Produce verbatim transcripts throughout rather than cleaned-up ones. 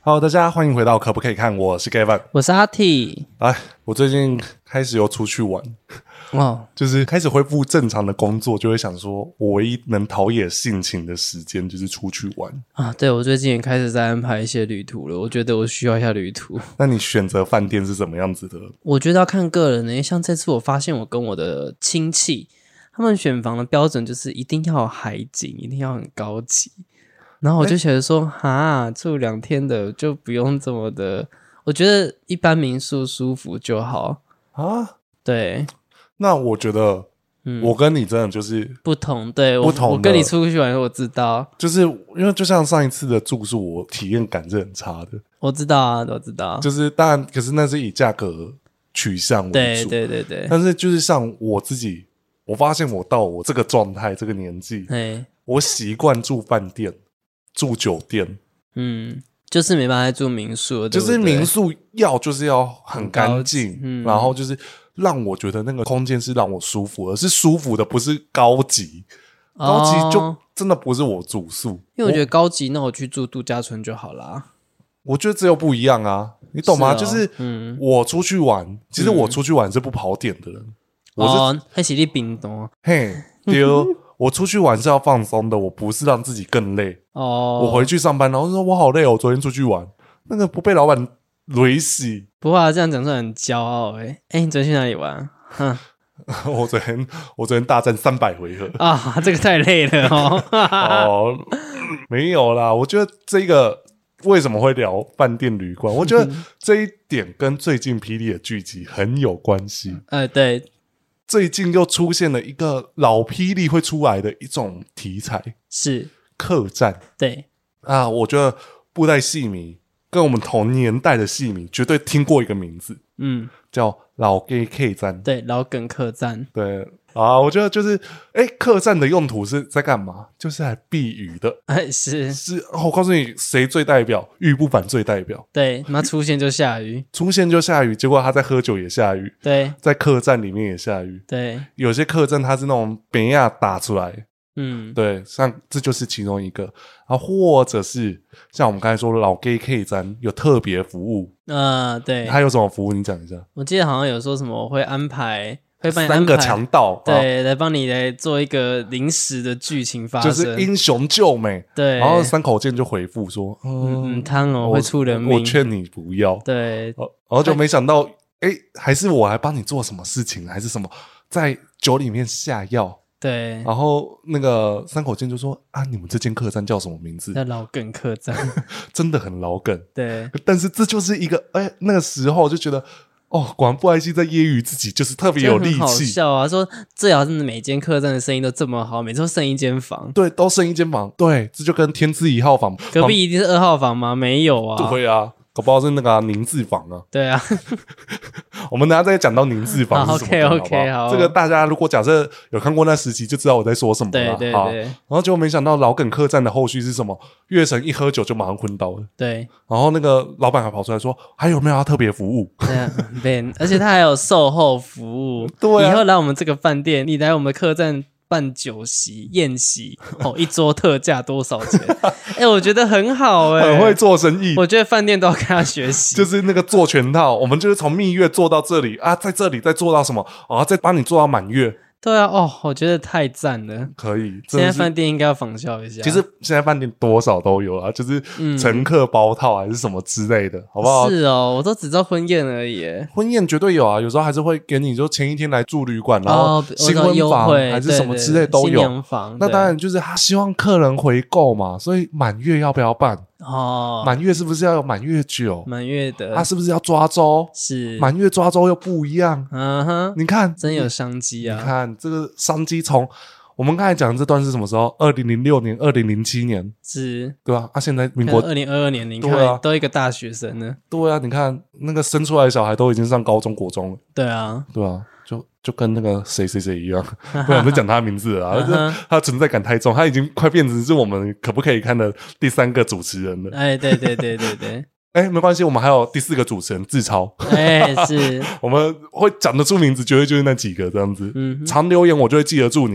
Hello， 大家欢迎回到可不可以看？我是 Gavin， 我是阿 T。 哎，我最近开始又出去玩， 哦， 就是开始恢复正常的工作，就会想说，我唯一能陶冶性情的时间就是出去玩啊。对，我最近也开始在安排一些旅途了，我觉得我需要一下旅途。 那你选择饭店是什么样子的？ 我觉得要看个人呢，像这次我发现我跟我的亲戚，他们选房的标准就是一定要有海景，一定要很高级。然后我就觉得说，哈，住两天的就不用这么的，我觉得一般民宿舒服就好啊。 对， 那我觉得， 嗯， 我跟你真的就是不同，对， 不同的。 我, 我跟你出去玩，我知道， 就是因为就像上一次的住宿，我体验感是很差的。 我知道啊，我知道， 就是当然，可是那是以价格取向为主， 对对对对。 但是就是像我自己，我发现我到我这个状态、这个年纪，我习惯住饭店。住酒店， 嗯，就是没办法住民宿，对不对？ 就是民宿要就是要很干净， 嗯， 然后就是让我觉得那个空间是让我舒服，而是舒服的，不是高级。 哦、 高级就真的不是我住宿， 因为我觉得高级，那我去住度假村就好啦。 我觉得这又不一样啊，你懂吗？ 是哦、 就是我出去玩、嗯，其实我出去玩是不跑点的人。 嗯、 我是哦，还是你冰冻？ 嘿，丢。我出去玩是要放松的，我不是让自己更累。哦，我回去上班，然后说我好累哦，我昨天出去玩，那个不被老板雷死。 不会啊，这样讲出来很骄傲哎、欸。哎、欸，你昨天去哪里玩？哼， 我昨天我昨天大战三百回合啊，这个太累了哦。 哦，没有啦，我觉得这个为什么会聊饭店旅馆？我觉得这一点跟最近霹雳的剧集很有关系。 呃，对。 最近又出现了一个老霹雳会出来的一种题材，是客栈。 对啊，我觉得布袋戏迷跟我们同年代的戏迷绝对听过一个名字，嗯，叫老 gay 客栈。 对，老梗客栈。 对啊，我觉得就是，哎，客栈的用途是在干嘛？就是来避雨的。 哎，是是、哦，我告诉你，谁最代表？玉不凡最代表。 对，他出现就下雨， 出现就下雨，结果他在喝酒也下雨。 对，在客栈里面也下雨。 对， 有些客栈它是那种北亚打出来。 嗯， 对，像这就是其中一个啊，或者是像我们刚才说的老 gay 客栈有特别服务。 呃，对， 它有什么服务？你讲一下。 我记得好像有说什么会安排。会帮你三个强盗， 对，来帮你来做一个临时的剧情发生，就是英雄救美。 对， 然后三口剑就回复说：“ 嗯，嗯汤哦，会出人命， 我劝你不要。” 对， 然后就没想到，哎，还是我来帮你做什么事情，还是什么，在酒里面下药。 对， 然后那个三口剑就说：“啊，你们这间客栈叫什么名字？” 叫老梗客栈， 真的很老梗。 对， 但是这就是一个，哎，那个时候就觉得。哦，果然布袋戏在揶揄自己，就是特别有力气。 好笑啊！说最好是每间客栈的生意都这么好，每次都剩一间房。 对，都剩一间房。对，这就跟天字一号房隔壁一定是二号房吗？没有啊。 对啊，搞不好是那个、啊、宁字房啊。 对啊。我们等一下再讲到宁字房是什么。 OK OK 好， 这个大家如果假设有看过那时期，就知道我在说什么了。 对对对。 然后结果没想到老梗客栈的后续是什么？月神一喝酒就马上昏倒了。 对。 然后那个老板还跑出来说：“还有没有要特别服务？” 对啊，对，而且他还有售后服务。 对、啊， 以后来我们这个饭店，你来我们的客栈办酒席、宴席，哦，一桌特价多少钱？哎、欸，我觉得很好、欸，哎， 很会做生意。 我觉得饭店都要跟他学习， 就是那个做全套，我们就是从蜜月做到这里啊，在这里再做到什么，然后再帮你做到满月。 对啊，哦，我觉得太赞了， 可以。 现在饭店应该要仿效一下。 其实现在饭店多少都有啊，就是乘客包套还是什么之类的，嗯、好不好？ 是哦，我都只知道婚宴而已。 婚宴绝对有啊，有时候还是会给你，就前一天来住旅馆，然后新婚房、哦、还是什么之类都有。 对对新娘房， 那当然就是他希望客人回购嘛，所以满月要不要办？ 哦， 满月是不是要有满月酒？ 满月的， 他、啊、是不是要抓周？ 是满月抓周又不一样。 嗯哼， 你看， 真有商机啊！ 你看这个商机从我们刚才讲的这段是什么时候？二零零六年、二零零七年， 是， 对吧？啊，现在民国二零二二年，你看， 啊、 都一个大学生呢。 对啊，你看那个生出来的小孩都已经上高中、国中了。 对啊， 对啊。就就跟那个谁谁谁一样，不然不讲他的名字了啊，他存在感太重，他已经快变成是我们可不可以看的第三个主持人了。 哎，对对对对对， 哎，没关系，我们还有第四个主持人志超。 哎，是， 我们会讲得出名字，绝对就是那几个这样子。嗯，常留言我就会记得住你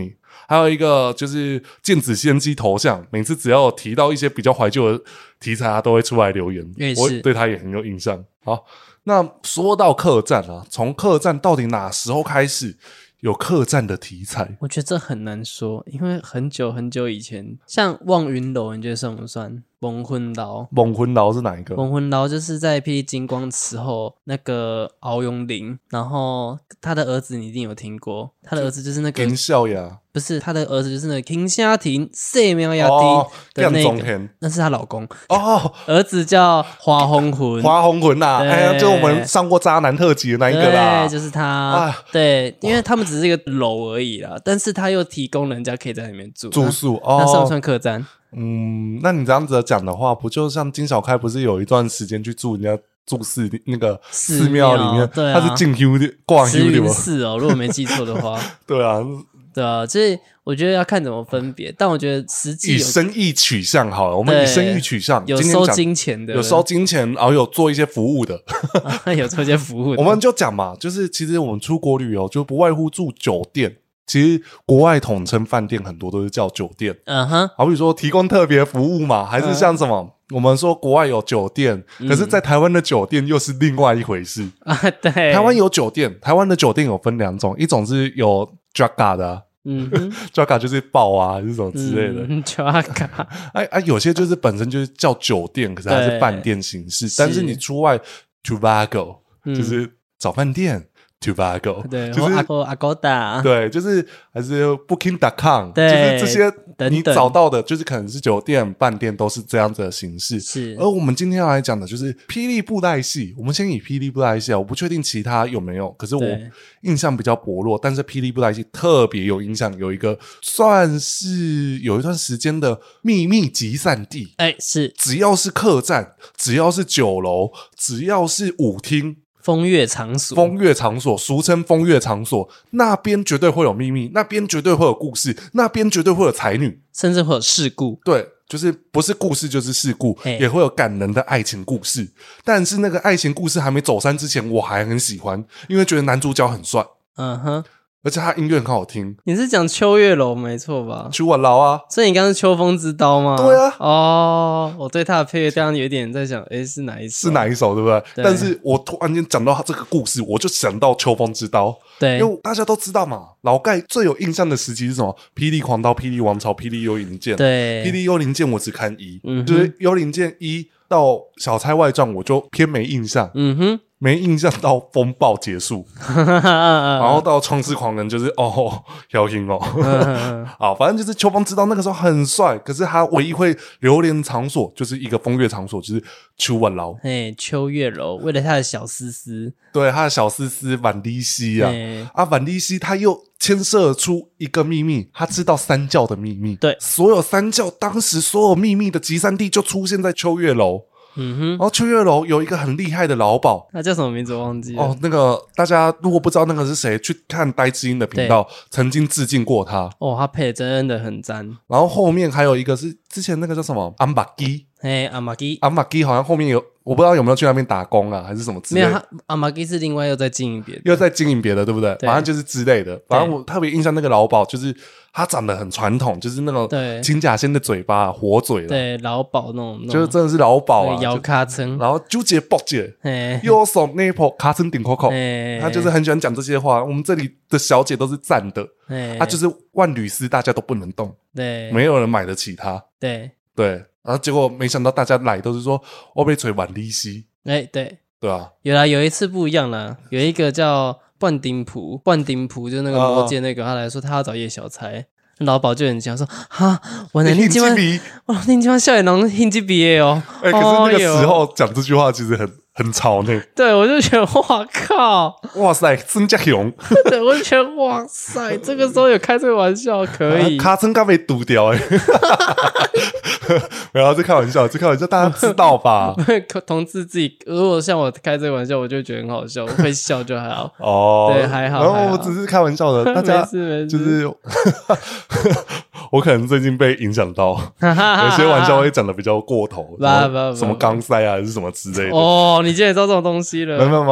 还有一个就是剑子仙姬头像，每次只要有提到一些比较怀旧的题材，他都会出来留言，我对他也很有印象。好，那说到客栈啊，从客栈到底哪时候开始有客栈的题材？ 我觉得这很难说，因为很久很久以前，像望云楼，你觉得算不算？蒙昏楼， 蒙昏楼是哪一个？ 蒙昏楼就是在霹雳金光时候那个敖永林，然后他的儿子你一定有听过，他的儿子就是那个金少爷， 不是他的儿子就是那个金夏庭谢苗亚庭的那个、哦，那是他老公哦，儿子叫花红魂， 花红魂呐，哎呀，就我们上过渣男特辑的那一个啦， 对，就是他，啊、对，因为他们只是一个楼而已啦，但是他又提供人家可以在里面住住宿，哦， 那算不算客栈？ 嗯，那你这样子讲的话，不就像金小开不是有一段时间去住人家住寺那个寺庙里面， 对啊， 他是进 U 的挂 U 的吗？ 是哦，如果没记错的话， 对啊， 对啊，所以我觉得要看怎么分别，但我觉得实际以生意取向好了，我们以生意取向， 有收金钱的， 有收金钱，然后有做一些服务的， 有做一些服务的， 我们就讲嘛，就是其实我们出国旅游就不外乎住酒店。其实国外统称饭店很多都是叫酒店，嗯哼，好比说提供特别服务嘛，还是像什么、嗯、我们说国外有酒店，可是在台湾的酒店又是另外一回事啊。对，台湾有酒店，台湾的酒店有分两种，一种是有 Jaga 的、啊，嗯，Jaga 就是爆啊，这种之类的、嗯、 Jaga， 哎哎，有些就是本身就是叫酒店，可是它是饭店形式，但是你出外 Trivago、嗯、就是找饭店。Trivago 对， 就是 Agoda 对，就是还是 Booking 点 com 就是这些你找到的就是可能是酒店饭店都是这样子的形式。 是， 而我们今天要来讲的就是霹雳布袋戏，我们先以霹雳布袋戏啊，我不确定其他有没有，可是我印象比较薄弱，但是霹雳布袋戏特别有印象，有一个算是有一段时间的秘密集散地。 哎，是， 只要是客栈，只要是酒楼，只要是舞厅， 风月场所， 风月场所，俗称风月场所，那边绝对会有秘密，那边绝对会有故事，那边绝对会有才女， 甚至会有事故。 对，就是不是故事就是事故，也会有感人的爱情故事。但是那个爱情故事还没走散之前，我还很喜欢，因为觉得男主角很帅。嗯哼。而且他音乐很好听。 你是讲秋月楼没错吧？ 秋月楼啊， 所以你刚刚是秋风之刀吗？ 对啊。 哦，我对他的配乐刚刚有点在想，诶，是哪一首？ 是哪一首，对不对？对，但是我突然间讲到他这个故事，我就想到秋风之刀。 对， 因为大家都知道嘛，老盖最有印象的时期是什么？霹雳狂刀、霹雳王朝、霹雳幽灵剑。 对， 霹雳幽灵剑我只看一、嗯，就是幽灵剑一到小差外传我就偏没印象。嗯哼。没印象到风暴结束，然后到创世狂人就是哦，要听哦，好，反正就是秋风之刀那个时候很帅，可是他唯一会流连场所就是一个风月场所，就是秋月楼。 哎，秋月楼，为了他的小丝丝， 对，他的小丝丝婉丽西啊，啊，婉丽西他又牵涉出一个秘密，他知道三教的秘密， 对， 所有三教当时所有秘密的集散地就出现在秋月楼。嗯哼，然后秋月楼有一个很厉害的老鸨， 他叫什么名字我忘记了。 哦，那个大家如果不知道那个是谁，去看呆知音的频道，曾经致敬过他。 哦，他配的真的很赞。 然后后面还有一个是之前那个叫什么安巴基， 嘿，安巴基， 安巴基好像后面有，我不知道有没有去那边打工啊，还是什么之类的。 没有，安巴基是另外又在经营别的， 又在经营别的，对不对？对，反正就是之类的。反正我特别印象那个老鸨，就是他长得很传统，就是那种金甲仙的嘴巴，火嘴了。 对，老鸨那种， 就是真的是老鸨啊， 摇卡称， 然后纠结爆姐，右手那波卡称顶口口，他就是很喜欢讲这些话。我们这里的小姐都是站的，他就是万缕丝，大家都不能动， 对， 没有人买得起他， 对对。然后结果没想到大家来都是说我被锤万利息， 哎，对对啊， 有啦，有一次不一样啦，有一个叫半丁普，半丁普就是那个魔界那个，他来说他要找叶小钗。老鸨就很讲说哈，我能听今晚，我能听晚校园能听这毕业哦。 哎、欸，可是那个时候讲这句话其实很很潮呢。 对，我就觉得哇靠， 哇塞，真假勇。 对，我就觉得哇塞，这个时候有开这个玩笑可以。 啊、卡真刚被堵掉哎、欸。没有，这开玩笑，这开玩笑，大家知道吧？ 同志自己，如果像我开这个玩笑，我就觉得很好笑，我会笑就还好。哦，对，还好。 然后我只是开玩笑的，大家没事没事， 就是。我可能最近被影响到，有些玩笑会讲的比较过头，什么钢塞啊，还是什么之类的。 哦，你竟然知道这种东西了？ 没有没有没有，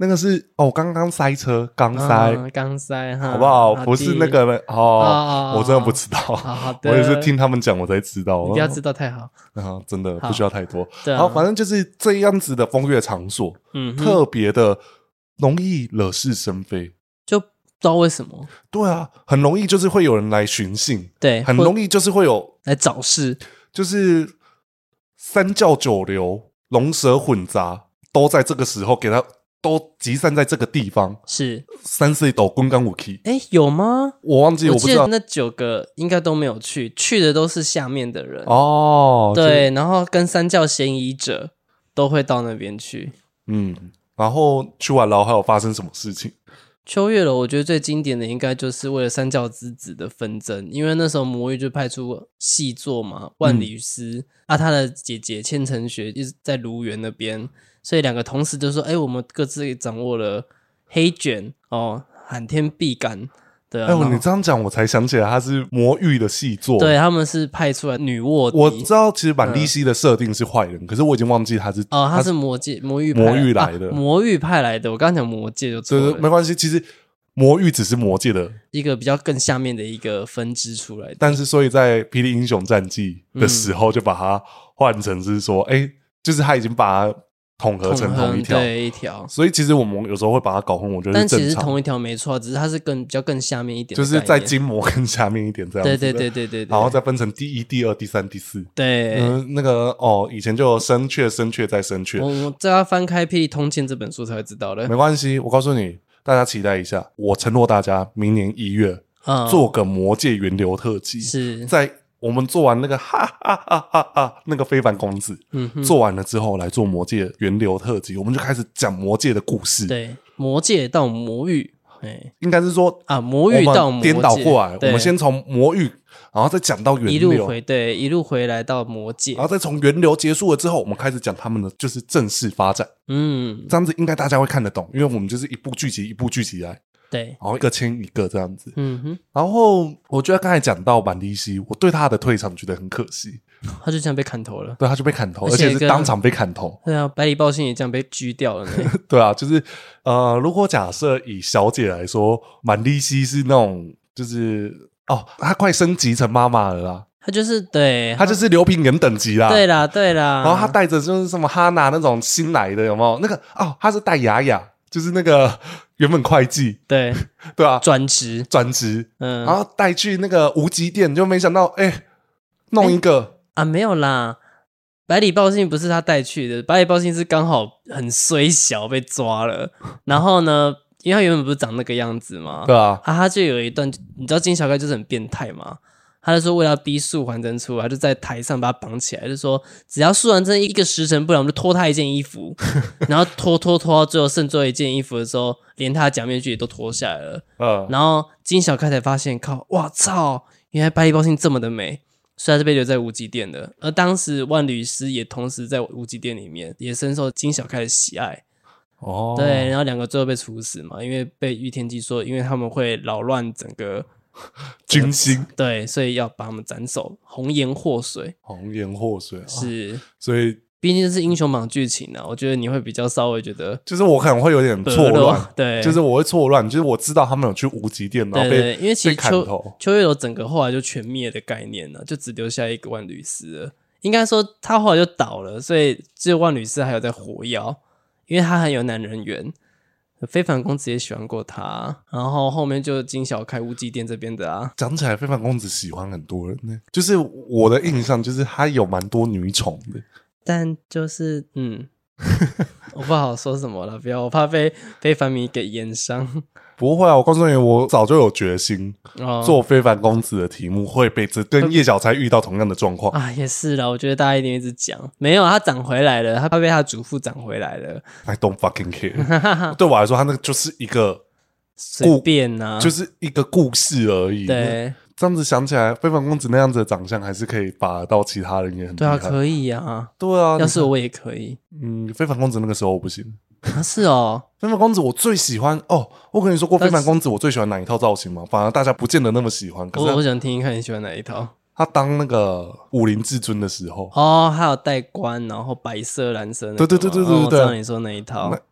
那个是哦，刚刚塞车，刚塞， 刚、嗯、塞， 好不好？好不是那个哦，哦我真的不知道。 好好的， 我也是听他们讲我才知道。 你不要知道太好， 啊，真的不需要太多。 对、啊， 好，反正就是这样子的风月场所，嗯，特别的容易惹是生非， 就不知道为什么。 对啊，很容易就是会有人来寻衅， 对， 很容易就是会有来找事， 就是三教九流、龙蛇混杂。都在这个时候给他都集散在这个地方， 是三四斗滚干武器。 哎，有吗？ 我忘记，我不知道。 那九个应该都没有去，去的都是下面的人哦。 对，然后跟三教嫌疑者都会到那边去。 嗯，然后去完了还有发生什么事情？ 秋月楼，我觉得最经典的应该就是为了三教之子的纷争，因为那时候魔域就派出细作嘛，万里司、嗯、啊，他的姐姐千层雪一直在卢园那边。所以两个同时就说：“哎、欸，我们各自掌握了黑卷哦，喊天必干。”对啊， 哎、欸，你这样讲，我才想起来他是魔域的细作。 对，他们是派出来女卧底。 我知道，其实满利希的设定是坏人、嗯，可是我已经忘记他是哦，他是魔界魔域魔域来的、 啊，魔域派来的。我刚刚讲魔界就错了， 对对，没关系。其实魔域只是魔界的一个比较更下面的一个分支出来的。 但是，所以在《霹雳英雄战记》的时候，就把它换成是说，哎、嗯欸，就是他已经把它统合成同一条， 对一条， 所以其实我们有时候会把它搞混，我觉得是正常。 但其实同一条没错，只是它是更比较更下面一点的， 就是在筋膜更下面一点这样子。 对对对对 对, 对， 然后再分成第一、第二、第三、第四。 对， 嗯，那个哦，以前就有生雀、生雀再生雀。 我我这要翻开《霹雳通鉴》这本书才会知道的。 没关系，我告诉你，大家期待一下，我承诺大家，明年一月、嗯、做个魔界源流特辑， 是在。我们做完那个哈哈哈哈哈那个非凡公子、嗯，做完了之后来做魔界源流特辑，我们就开始讲魔界的故事。 对，魔界到魔域， 应该是说啊，魔域到魔界颠倒过来，我们先从魔域，然后再讲到源流， 一路回对，一路回来到魔界， 然后再从源流结束了之后，我们开始讲他们的就是正式发展。嗯，这样子应该大家会看得懂，因为我们就是一部剧集一部剧集来。 对， 然后一个签一个这样子， 嗯哼。 然后我觉得刚才讲到满利希，我对他的退场觉得很可惜， 他就这样被砍头了。 对，他就被砍头，而且是当场被砍头。 对啊，百里豹信也这样被狙掉了呢。 对啊，就是呃，如果假设以小姐来说，满利希是那种就是哦，她快升级成妈妈了啦。 他就是对， 他就是刘品言等级啦。 对啦，对啦。 然后他带着就是什么哈娜那种新来的，有没有？那个哦，他是带雅雅。就是那个原本会计， 对对啊， 转职转职， 嗯， 然后带去那个无极店，就没想到，哎、欸，弄一个、欸、 啊，没有啦，百里豹信不是他带去的，百里豹信是刚好很衰小被抓了，然后呢，因为他原本不是长那个样子嘛， 对啊， 啊，他就有一段，你知道金小开就是很变态嘛。他就说为了逼素还真出来，他就在台上把他绑起来，就说只要素还真一个时辰不了，我们就脱他一件衣服，然后脱脱脱到最后剩最后一件衣服的时候，连他的假面具也都脱下来了。嗯，然后金小开才发现，靠，哇操，原来百里豹信这么的美，所以他是被留在无极殿的。而当时万律师也同时在无极殿里面，也深受金小开的喜爱。哦，对，然后两个最后被处死嘛，因为被御天机说，因为他们会扰乱整个。 军心， 对，所以要把他们斩首，红颜祸水， 红颜祸水、啊、 是， 所以毕竟是英雄榜剧情啊，我觉得你会比较稍微觉得， 就是我可能会有点错乱， 对， 就是我会错乱，就是我知道他们有去无极殿，然后被对对，因为其实秋秋月楼整个后来就全灭的概念了，就只留下一个万律师了，应该说他后来就倒了，所以只有万律师还有在活跃，因为他很有男人缘。非凡公子也喜欢过他，然后后面就金小开无极殿这边的啊。 讲起来，非凡公子喜欢很多人呢，就是我的印象就是他有蛮多女宠的， 但就是嗯，我不好说什么了，不要，我怕被非凡迷给淹伤。 不会啊，我告诉你，我早就有决心、哦、做非凡公子的题目会被这跟叶小钗遇到同样的状况啊，也是啦，我觉得大家一定一直讲，没有他长回来了，他被他祖父长回来了。 I don't fucking care 对我来说，他那个就是一个随便啊， 就是一个故事而已。 对， 这样子想起来，非凡公子那样子的长相还是可以拔到其他人也很厉害。 对啊，可以啊， 对啊， 要是我也可以。 嗯，非凡公子那个时候我不行。 啊，是哦， 非凡公子我最喜欢哦，我跟你说过非凡公子我最喜欢哪一套造型吗？反而大家不见得那么喜欢。可是我我想听听看你喜欢哪一套。 他当那个武林至尊的时候， 哦，还有戴冠，然后白色、蓝色那个， 对对对对对对， 哦、我知道你说那一套。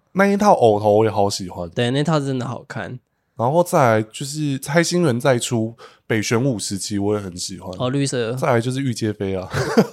那一套偶头我也好喜欢， 对，那套真的好看。 然后再来就是蔡新元再出北玄武时期，我也很喜欢。 哦，绿色。 再来就是御阶飞啊。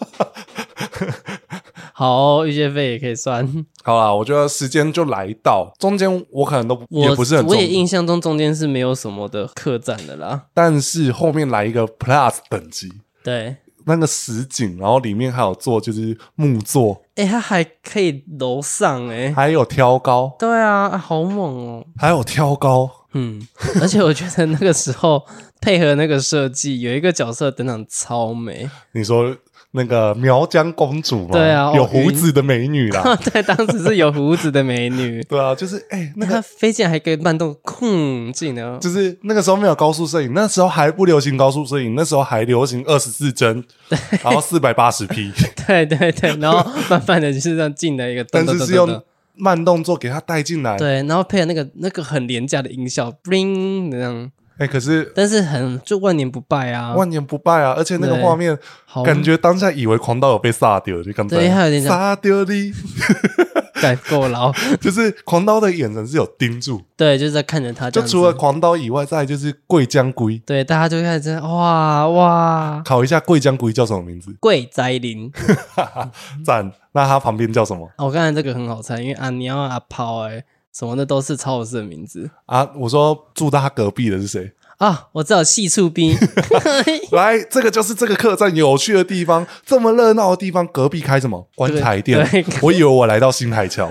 好，御阶飞也可以算。 好啦，我觉得时间就来到中间，我可能都也不是很重。 我也印象中中间是没有什么的客栈的啦。 但是后面来一个 Plus 等级， 对， 那个实景，然后里面还有做就是木座， 哎、欸，它还可以楼上哎、欸， 还有挑高。 对啊，啊好猛哦， 还有挑高。 嗯，而且我觉得那个时候配合那个设计，有一个角色登场超美。 你说那个苗疆公主吗？ 对啊， 有胡子的美女啦。 对，当时是有胡子的美女。 对啊，就是哎、欸，那个飞进来还可以慢动，空进了。 就是那个时候没有高速摄影，那时候还不流行高速摄影，那时候还流行二十四帧，然后四百八十 P。对对对，然后慢慢的就是这样进来一个动动动动动， 但是是用慢动作给它带进来。 对，然后配合那个那个很廉价的音效 ，bling 那样。 哎、欸，可是但是很就万年不败啊， 万年不败啊！而且那个画面，感觉当下以为狂刀有被杀掉，就刚才对，还有点杀掉你， 该够牢。 就是狂刀的眼神是有盯住， 对，就是在看着他。 就除了狂刀以外，再来就是桂江龟。 对，大家就开始哇哇， 考一下桂江龟叫什么名字？ 桂栽林， 赞。那他旁边叫什么？ 我刚才这个很好猜，因为阿鸟阿抛哎。什么的都是超合适的名字啊！我说住他隔壁的是谁啊？我知道细处兵。 来，这个就是这个客栈有趣的地方，这么热闹的地方，隔壁开什么棺材店？我以为我来到新海桥。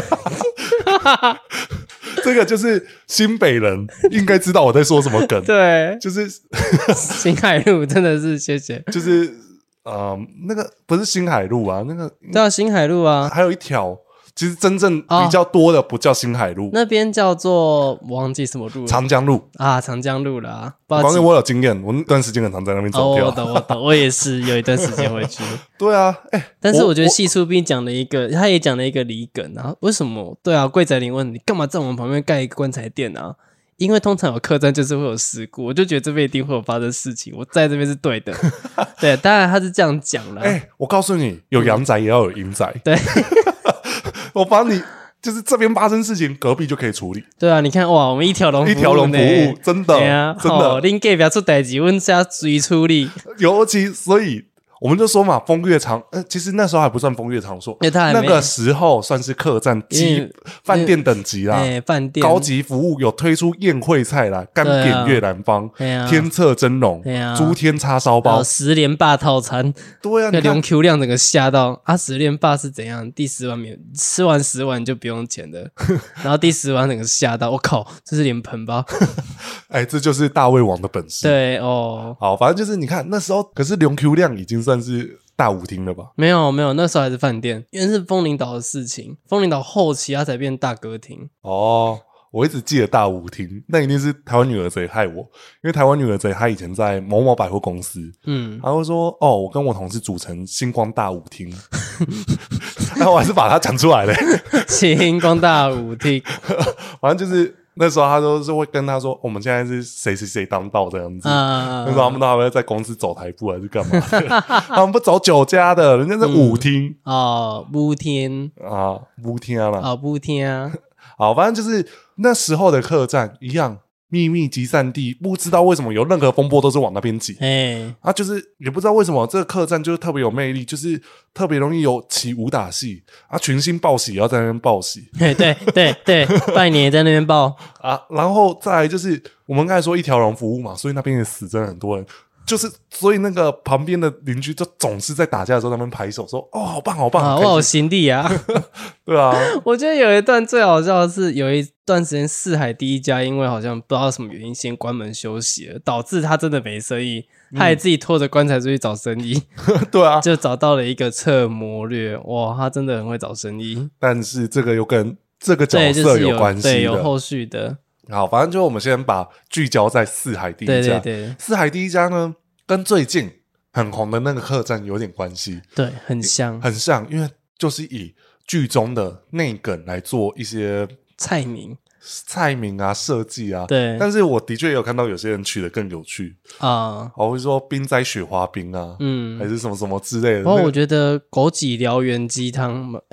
这个就是新北人应该知道我在说什么梗。 对， 就是新海路，真的是谢谢。 就是呃，那个不是新海路啊，那个对啊，新海路啊， 还有一条。其实真正比较多的不叫新海路， 哦、那边叫做我忘记什么路了， 长江路啊， 长江路啦、啊。 反正我有经验，我那段时间很常在那边走掉。 哦、我懂，我懂，我也是有一段时间回去。 对啊，哎、欸， 但是我觉得细出兵讲了一个，他也讲了一个理梗啊。为什么？对啊，桂仔林问你干嘛在我们旁边盖一个棺材店啊？因为通常有客栈就是会有事故，我就觉得这边一定会有发生事情，我在这边是对的。对，当然他是这样讲啦。 哎、欸，我告诉你，有阳宅也要有阴宅。 对， 我帮你。就是这边发生事情，隔壁就可以处理。 对啊，你看哇，我们一条龙一条龙服务，真的， 啊、 真的。 恁隔壁出代志，阮是要随处理。 尤其所以。我们就说嘛，风月场，呃，其实那时候还不算风月场所，那个时候算是客栈及饭店等级啦， 哎，饭店高级服务有推出宴会菜啦，干煸越南方、啊、天策蒸笼、啊、猪天叉烧包、 十连霸套餐。 对啊， 那龙 Q 量整个吓到啊！十连霸是怎样？第十碗免吃完十碗就不用钱的，然后第十碗整个吓到，我靠，这是脸盆吧？ 哎，这就是大胃王的本事。 对哦， 好，反正就是你看那时候，可是龙 Q 量已经算是大舞厅了吧？ 没有没有，那时候还是饭店，因为是枫林岛的事情。枫林岛后期它才变大歌厅。 哦，我一直记得大舞厅，那一定是台湾女儿贼害我，因为台湾女儿贼她以前在某某百货公司，嗯，她会说哦，我跟我同事组成星光大舞厅，那我还是把它讲出来了， 星光大舞厅， 反正就是。那时候他都是会跟他说，我们现在是谁谁谁当道这样子。Uh, 那时候他们都还会在公司走台步还是干嘛的？他们不走酒家的，人家是舞厅哦，舞厅啊，舞厅啦， 哦，舞厅啊。 好，反正就是那时候的客栈一样。秘密集散地，不知道为什么有任何风波都是往那边挤。哎、欸，啊，就是也不知道为什么这个客栈就是特别有魅力，就是特别容易有起武打戏啊，群星报喜也要在那边报喜。 对对对对，拜年也在那边报啊，然后再来就是我们刚才说一条龙服务嘛，所以那边也死真的很多人。就是所以那个旁边的邻居就总是在打架的时候，他们拍手说：“哦，好棒，好棒！” 啊，我有心地啊， 对啊。我觉得有一段最好笑的是，有一段时间四海第一家因为好像不知道什么原因先关门休息了，导致他真的没生意，他也自己拖着棺材出去找生意。 嗯、对啊， 就找到了一个侧谋略，哇，他真的很会找生意。 但是这个又跟这个角色有关系的， 对，有后续的。 好，反正就我们先把聚焦在四海第一家。 对对对， 四海第一家呢，跟最近很红的那个客栈有点关系。 对，很像， 很像，因为就是以剧中的内梗来做一些菜名、 菜名啊、设计啊。 对， 但是我的确有看到有些人取得更有趣啊， 我会说冰摘雪花冰啊，嗯，还是什么什么之类的。 然后我觉得枸杞燎原鸡汤，哎。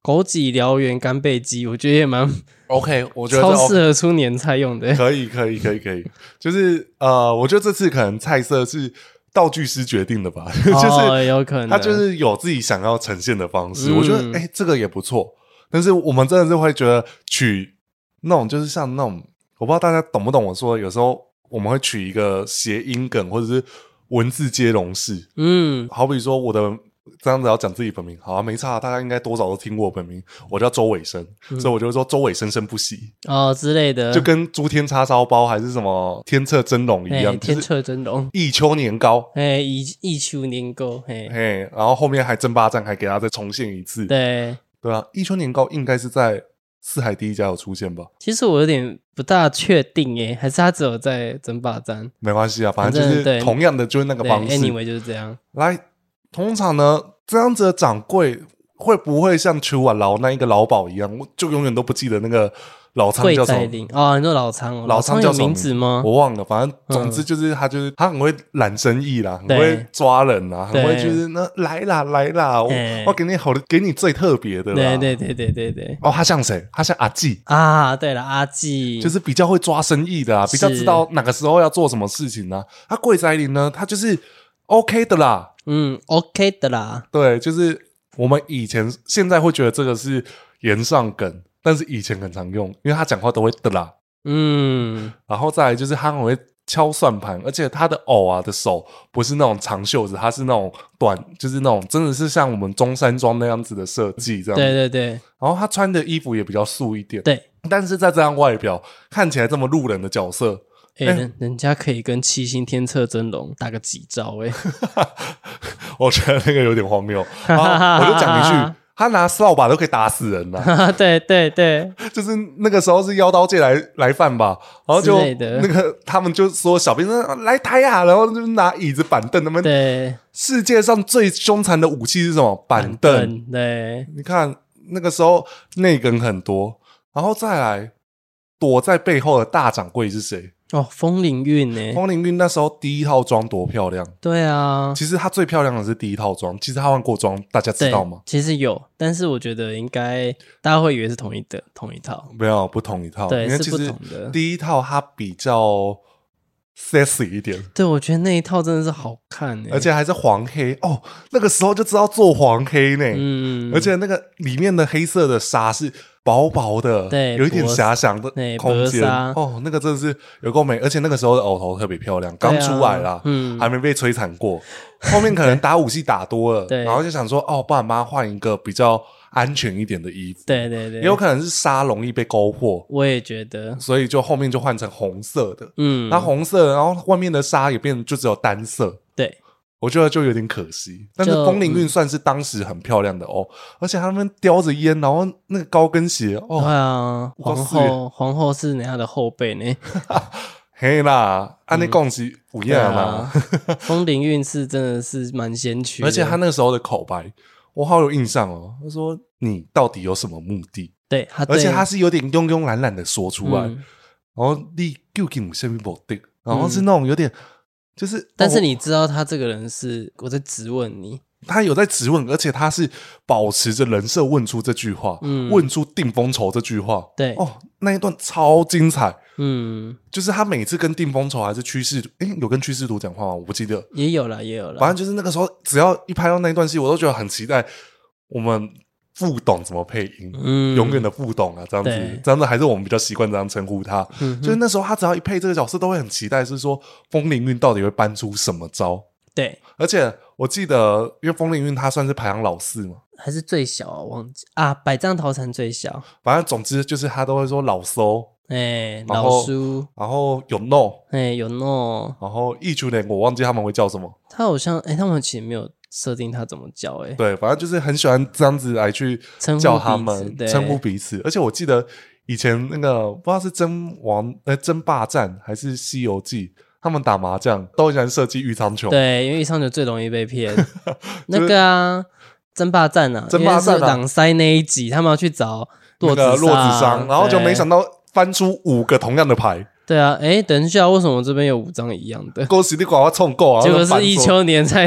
枸杞辽源干贝鸡，我觉得也蛮 OK， 我觉得超适合出年菜用的。 可以，可以，可以，可以，就是呃，我觉得这次可能菜色是道具师决定的吧，就是、 哦、有可能他就是有自己想要呈现的方式， 嗯、 我觉得哎、欸，这个也不错。但是我们真的是会觉得取那种就是像那种，我不知道大家懂不懂我说，有时候我们会取一个谐音梗或者是文字接龙式，嗯，好比说我的这样子要讲自己本名，好啊，没差，大家应该多少都听过我本名，我叫周伟生、嗯、所以我就会说周伟生生不息哦之类的， 就跟诸天叉烧包还是什么天策真龙一样， 天策真龙， 一秋年糕， 哎，一一秋年糕，嘿， 嘿，然后后面还争霸战还给他再重现一次， 对。 对啊，一秋年糕应该是在四海第一家有出现吧？ 其实我有点不大确定耶，还是他只有在争霸战？ 没关系啊，反正就是同样的，就是那个方式。 anyway 就是这样。 来，通常呢，这样子的掌柜会不会像邱婉劳那一个老鸨一样，就永远都不记得那个老仓叫什么？ 哦，你说老仓哦， 老仓叫什么名字吗？ 我忘了，反正总之就是他就是、嗯、他很会揽生意啦，很会抓人啦，很会就是那来啦来啦，我我给你好的，给你最特别的啦。 对对对对对对。 哦，他像谁？他像阿纪啊，对了，阿纪就是比较会抓生意的啊，比较知道哪个时候要做什么事情啊。他柜仔里呢，他就是 OK 的啦， 嗯 ，OK 的啦。 对，就是我们以前现在会觉得这个是言上梗。但是以前很常用，因为他讲话都会的啦，嗯，然后再来就是他很会敲算盘，而且他的偶啊的手不是那种长袖子，他是那种短，就是那种真的是像我们中山装那样子的设计，这样子。 对对对。 然后他穿的衣服也比较素一点， 对。 但是在这样外表看起来这么路人的角色， 哎、欸欸，人人家可以跟七星天策真龙打个几招哎、欸， 我觉得那个有点荒谬，我就讲一句。他拿扫把都可以打死人了、啊， 对对对， 就是那个时候是妖刀界来来犯吧，然后就那个他们就说小兵说来抬啊，然后就拿椅子板凳，他们对世界上最凶残的武器是什么？板凳， 对， 你看那个时候内梗很多，然后再来躲在背后的大掌柜是谁？ 哦，风铃韵呢？ 风铃韵那时候第一套装多漂亮！ 对啊， 其实她最漂亮的是第一套装，其实她换过装，大家知道吗？ 其实有，但是我觉得应该大家会以为是同一的同一套， 没有不同一套， 对， 因为其实是不同的。 第一套它比较 sexy 一点， 对，我觉得那一套真的是好看耶， 而且还是黄黑哦，那个时候就知道做黄黑呢，嗯，而且那个里面的黑色的纱是薄薄的， 对， 有一点遐想的空间哦，那个真的是有够美，而且那个时候的偶头特别漂亮，刚出来啦，啊、嗯，还没被摧残过。后面可能打武戏打多了，然后就想说，哦，不然帮他换一个比较安全一点的衣服。 对对对， 也有可能是纱容易被勾破， 我也觉得， 所以就后面就换成红色的，嗯，那红色，然后外面的纱也变成就只有单色， 对。 我觉得就有点可惜，但是风铃韵算是当时很漂亮的哦，而且他们叼着烟，然后那个高跟鞋哦， 对啊，皇后皇后是人家的后辈呢， 嘿啦，按那讲是不一样啦， 风铃韵是真的是蛮先驱的， 而且他那个时候的口白我好有印象哦，他说你到底有什么目的？ 对， 而且他是有点慵慵懒懒的说出来，嗯、然后你究竟有什么目的？然后是那种有点。就是， 但是你知道他这个人是我在质问你， 他有在质问，而且他是保持着人设问出这句话，嗯，问出定风愁这句话， 对， 哦，那一段超精彩，嗯，就是他每次跟定风愁还是趋势，诶，有跟趋势图讲话吗？我不记得， 也有啦，也有啦， 反正就是那个时候，只要一拍到那一段戏，我都觉得很期待我们副董怎么配音，嗯，永远的副董啊，这样子，这样子还是我们比较习惯这样称呼他。嗯，就是那时候他只要一配这个角色，都会很期待，是说风铃韵到底会搬出什么招？ 对， 而且我记得，因为风铃韵他算是排行老四嘛， 还是最小啊？忘记啊，百丈桃禅最小。 反正总之就是他都会说老搜， 哎、欸，老叔， 然后有 no， 哎、欸，有 no， 然后一群人我忘记他们会叫什么。 他好像哎、欸，他们其实没有设定他怎么叫、欸，哎， 对，反正就是很喜欢这样子来去叫他们称呼彼此。而且我记得以前那个不知道是争王呃争霸战还是西游记，他们打麻将都很喜欢设计玉苍穹， 对，因为玉苍穹最容易被骗。那个啊，争霸战啊， 争霸战啊， 朗塞那一集，他们要去找骆子那个骆子商，然后就没想到翻出五个同样的牌。 对啊，哎，等一下，为什么这边有五张一样的？ 恭喜你，赶快冲够啊！ 结果是一秋年才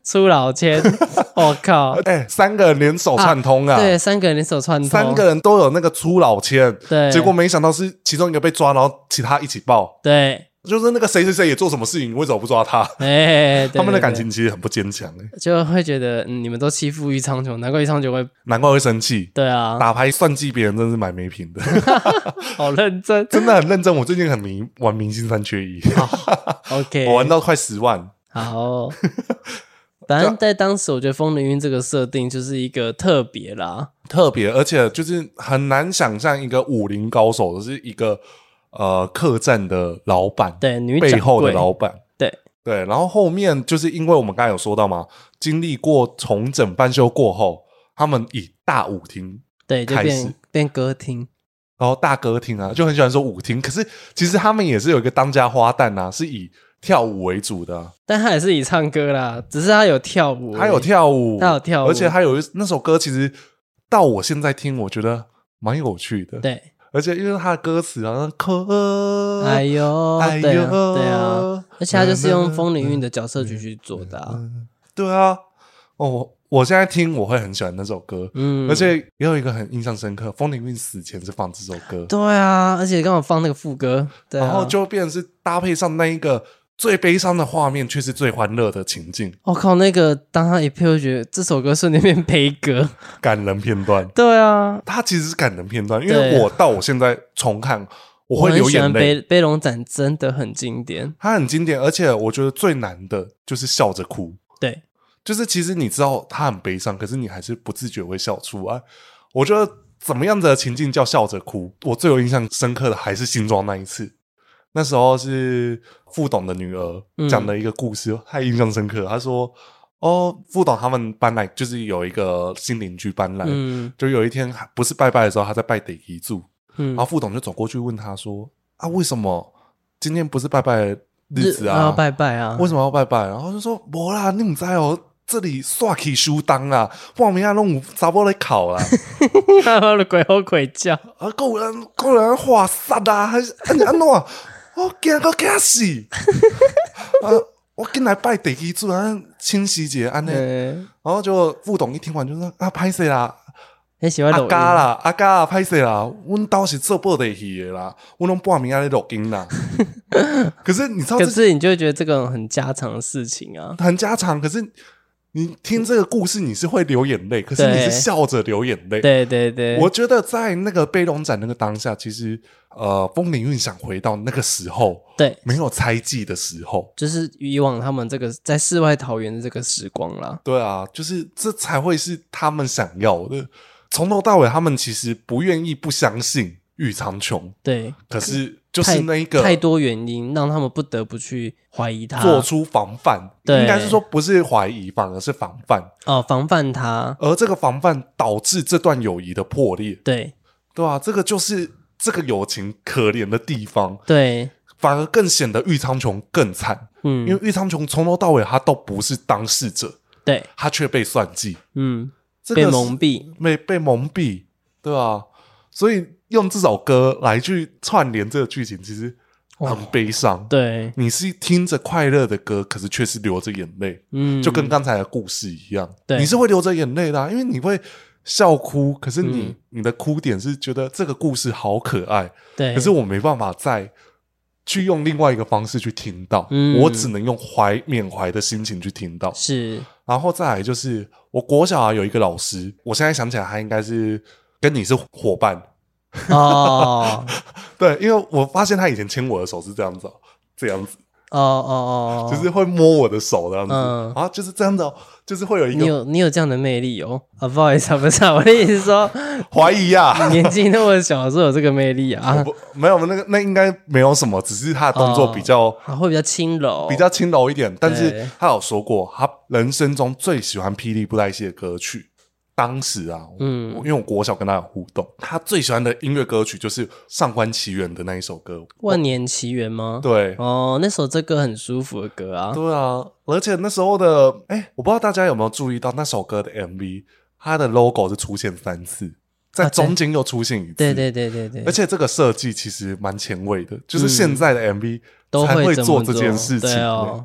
出老千，我靠！ 哎、欸，三个人联手串通啊！ 啊对，三个人联手串通， 三个人都有那个出老千， 对， 结果没想到是其中一个被抓，然后其他一起爆， 对， 就是那个谁谁谁也做什么事情，你为什么不抓他？ 哎、欸， 他们的感情其实很不坚强，哎， 就会觉得、嗯、你们都欺负玉苍穹，难怪玉苍穹会，难怪会生气。 对啊， 打牌算计别人真是蛮没品的， 好认真， 真的很认真。我最近很迷玩明星三缺一、 oh, ，OK， 我玩到快十万。 好。反正在当时，我觉得风铃韵这个设定就是一个特别啦， 特别，而且就是很难想象一个武林高手，是一个呃客栈的老板， 对，女背后的老板， 对对。然后后面就是因为我们刚才有说到嘛，经历过重整翻修过后，他们以大舞厅对就变变歌厅， 然后大歌厅啊，就很喜欢说舞厅，可是其实他们也是有一个当家花旦啊，是以跳舞为主的、啊， 但他也是以唱歌啦，只是他有跳舞， 他有跳舞， 他有跳舞， 而且他有那首歌，其实到我现在听，我觉得蛮有趣的。 对， 而且因为他的歌词啊，可哎呦， 哎呦， 对啊，对啊，而且他就是用风铃韵的角色曲去做的、啊嗯，对啊，哦，我现在听我会很喜欢那首歌，嗯，而且也有一个很印象深刻，风铃韵死前是放这首歌， 对啊，而且刚好放那个副歌，对啊、 然后就变成是搭配上那一个最悲伤的画面，却是最欢乐的情境。 我、哦、靠，那个当他一配，我觉得这首歌瞬间变悲歌， 感人片段。 对啊， 它其实是感人片段，因为我到我现在重看，我会流眼泪。 我很喜欢悲悲龙斩真的很经典， 它很经典，而且我觉得最难的就是笑着哭。 对。 就是其实你知道他很悲伤，可是你还是不自觉会笑出来。我觉得怎么样的情境叫笑着哭？我最有印象深刻的还是新庄那一次，那时候是副董的女儿讲的一个故事，太、嗯、印象深刻。他说：“哦，副董他们搬来，就是有一个新邻居搬来，嗯，就有一天不是拜拜的时候，他在拜地基主，嗯，然后副董就走过去问他说：啊，为什么今天不是拜拜的日子啊？ 要拜拜啊？ 为什么要拜拜？然后就说：没啦，你不知道哦。”这里刷起书当啊，报名啊，弄有查某在考啦， 他的鬼吼鬼叫， 啊，够人够人画杀啊，还是安安怎？我惊个惊死！啊，我进来拜地基主啊，清洗节安尼，然后就副董一听完就说啊，歹势啦， 你喜欢阿家啦，阿家歹势啦，阮兜是做报地戏的啦，阮拢报名啊咧录音啦。可是你知道， 可是你就会觉得这个很家常的事情啊， 很家常，可是。你听这个故事，你是会流眼泪，可是你是笑着流眼泪。 对对对， 我觉得在那个悲龙斩那个当下，其实呃，风铃韵想回到那个时候， 对， 没有猜忌的时候， 就是以往他们这个在世外桃源的这个时光啦。 对啊，就是这才会是他们想要的。从头到尾，他们其实不愿意不相信玉苍穹， 对， 可是就是那一个太多原因让他们不得不去怀疑他， 做出防范。应该是说不是怀疑，反而是防范哦，防范他。 而这个防范导致这段友谊的破裂， 对对啊，这个就是这个友情可怜的地方。 对， 反而更显得玉苍穹更惨。嗯，因为玉苍穹从头到尾他都不是当事者， 对， 他却被算计， 嗯，这个被蒙蔽， 被被蒙蔽，对啊，所以用这首歌来去串联这个剧情，其实很悲伤。哦、 对， 你是听着快乐的歌，可是却是流着眼泪，嗯，就跟刚才的故事一样，对，你是会流着眼泪的、啊，因为你会笑哭，可是你、嗯、你的哭点是觉得这个故事好可爱， 对， 可是我没办法再去用另外一个方式去听到，嗯、我只能用怀缅怀的心情去听到， 是， 然后再来就是我国小啊有一个老师，我现在想起来他应该是跟你是伙伴。哦，对，因为我发现他以前牵我的手是这样子、哦，这样子， 哦哦哦， 就是会摸我的手这样子，嗯、然后就是这样子、哦，就是会有一个， 你有你有这样的魅力哦，啊，不好意思啊，不是啊，我的意思是说， 怀疑啊， 年纪那么小的时候有这个魅力啊， 不没有那个那应该没有什么，只是他的动作比较、 哦、会比较轻柔， 比较轻柔一点，但是他有说过，他人生中最喜欢霹雳布袋戏的歌曲。当时啊，嗯，因为我国小跟他有互动，他最喜欢的音乐歌曲就是《上官奇缘》的那一首歌，《 万年奇缘》吗？ 对， 哦，那首这歌很舒服的歌啊。 对啊，而且那时候的，哎，我不知道大家有没有注意到那首歌的 M V， 它的 logo 是出现三次，在中间又出现一次， 对对对对对， 而且这个设计其实蛮前卫的，就是现在的 M V 才会做这件事情。 嗯、对哦，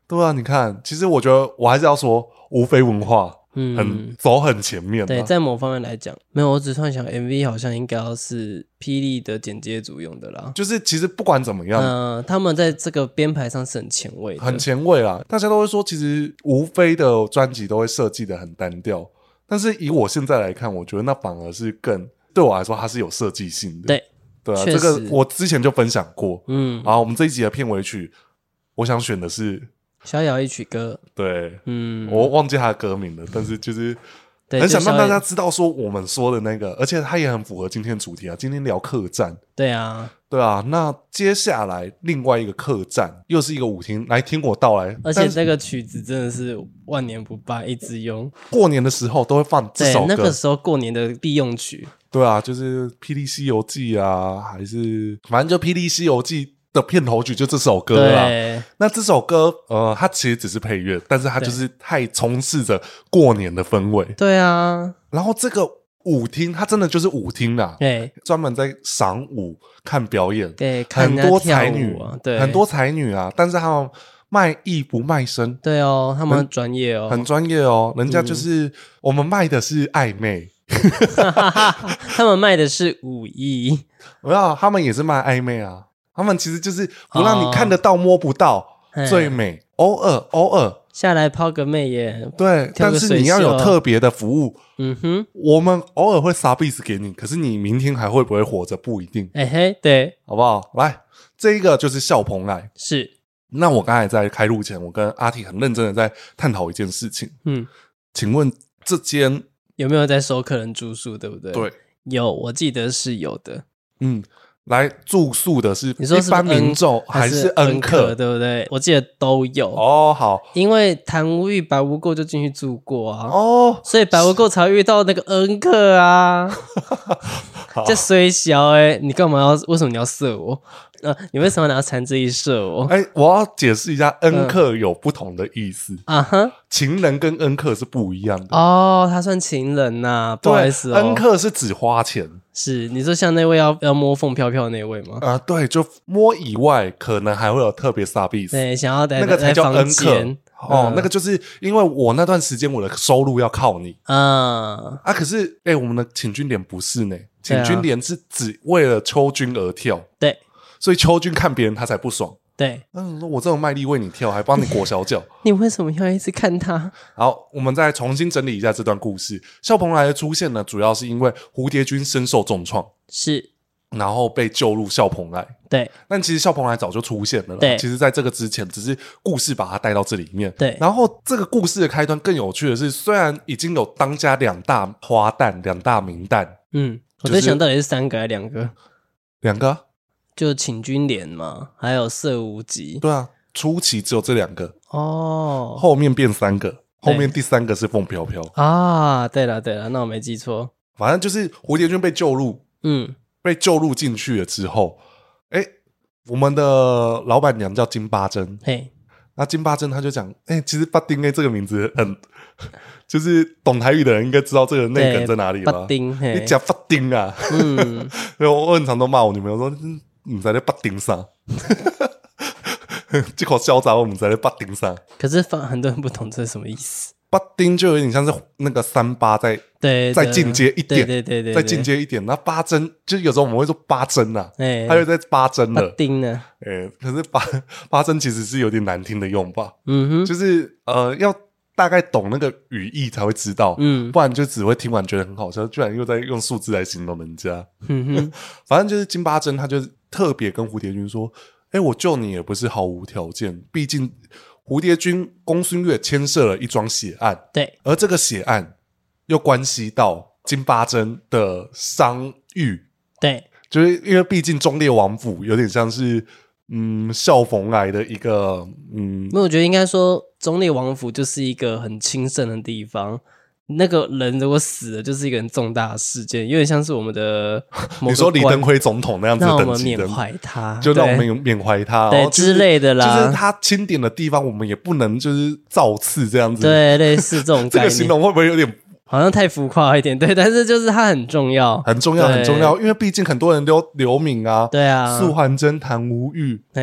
对啊，你看，其实我觉得我还是要说，无非文化。嗯，很走很前面、啊。 对，在某方面来讲，没有，我只突然想 ，M V 好像应该要是霹雳的剪接组用的啦。 就是其实不管怎么样， 嗯、呃，他们在这个编排上是很前卫的， 很前卫啦。大家都会说，其实无非的专辑都会设计的很单调，但是以我现在来看，我觉得那反而是更对我来说，它是有设计性的。 对， 对啊，这个我之前就分享过。嗯，然后我们这一集的片尾曲，我想选的是。 逍遥一曲歌， 对，嗯，我忘记他的歌名了，但是就是很想让大家知道说我们说的那个，而且它也很符合今天的主题啊。今天聊客栈， 对啊， 对啊。那接下来另外一个客栈又是一个舞厅，来听我道来。 而且这个曲子真的是万年不败，一直用。 过年的时候都会放这首歌， 对，那个时候过年的必用曲。 对啊，就是《霹雳西游记》啊，还是反正就《霹雳西游记》。的片头曲就这首歌啦，那这首歌呃，它其实只是配乐，但是它就是太充斥着过年的氛围。 对啊， 然后这个舞厅，它真的就是舞厅啦， 对， 专门在赏舞、看表演， 对， 很多才女啊，对， 很多才女啊，但是他们卖艺不卖身， 对哦，他们很专业哦， 很专业哦，人家就是、嗯、我们卖的是暧昧。 他们卖的是武艺， 没有，他们也是卖暧昧啊。他们其实就是不让你看得到、哦、摸不到最美，偶尔偶尔下来抛个媚眼， 对，但是你要有特别的服务。 嗯哼， 我们偶尔会撒币子给你，可是你明天还会不会活着不一定。 哎嘿，对， 好不好？来，这一个就是笑蓬莱。 是， 那我刚才在开录前，我跟阿T很认真的在探讨一件事情。嗯，请问这间有没有在收客人住宿？对不对？ 对， 有，我记得是有的。 嗯。来住宿的是一般民众还是恩客， 对不对？我记得都有哦。好， 因为谭无欲、白无垢就进去住过啊，哦，所以白无垢才会遇到那个恩客啊。这虽小哎，你干嘛要？为什么你要射我？呃，你为什么要缠这一射我？ 哎，我要解释一下，恩客有不同的意思啊哈、嗯。情人跟恩客是不一样的哦，他算情人呐、啊，不好意思哦。 恩客是只花钱。 是，你说像那位要要摸凤飘飘那位吗？ 啊、呃，对，就摸以外，可能还会有特别撒币子， 对，想要在那个才叫恩客、 嗯、 哦。那个就是因为我那段时间我的收入要靠你啊啊，可是哎、欸，我们的请君莲不是呢，请君莲是只为了秋君而跳， 对， 所以秋君看别人他才不爽。 对， 嗯，我这种卖力为你跳，还帮你裹小脚， 你为什么要一直看他？ 好，我们再重新整理一下这段故事。笑蓬莱的出现呢，主要是因为蝴蝶君身受重创， 是， 然后被救入笑蓬莱。 对， 但其实笑蓬莱早就出现了啦。 对， 其实在这个之前，只是故事把它带到这里面。 对， 然后这个故事的开端更有趣的是，虽然已经有当家两大花旦、两大名旦， 嗯，我在想到底是三个还是两个？ 两个。 就请君莲嘛，还有色无极。 对啊，初期只有这两个哦，后面变三个，后面第三个是凤飘飘啊。对了对了，那我没记错， 反正就是蝴蝶君被救入，嗯，被救入进去了之后，哎，我们的老板娘叫金八珍，嘿，那金八珍他就讲，哎，其实巴丁 A 这个名字很。就是懂台语的人应该知道这个内梗在哪里吧？ 巴丁， 你讲巴丁啊，嗯，我很常都骂我女朋友说，你在那巴丁上，这口嚣张，我们在那巴丁上。 可是很多人不懂这是什么意思。 巴丁就有点像是那个三八在对再进阶一点， 对对对， 再进阶一点。那八针就有时候我们会说八针啊，还有在八针了， 巴丁呢？ 哎，可是八八针其实是有点难听的用法，嗯哼，就是呃要。大概懂那个语义才会知道，嗯，不然就只会听完觉得很好笑，居然又在用数字来形容人家。嗯哼，反正就是金八珍，他就是特别跟蝴蝶君说：“哎、欸，我救你也不是毫无条件，毕竟蝴蝶君公孙越牵涉了一桩血案， 对， 而这个血案又关系到金八珍的伤愈， 对， 就是因为毕竟忠烈王府有点像是。”嗯，笑蓬莱的一个嗯， 那我觉得应该说，忠烈王府就是一个很兴盛的地方。那个人如果死了，就是一个很重大的事件，有点像是我们的你说李登辉总统那样子的等级的， 让我们缅怀他， 就让我们缅怀他， 对、 哦就是、 之类的啦。 就是他钦点的地方，我们也不能就是造次这样子， 对，类似这种概念。 这个形容会不会有点？ 好像太浮夸一点，对，但是就是它很重要， 很重要，很重要，因为毕竟很多人都刘敏啊， 对啊， 素还真、谭无欲， 对。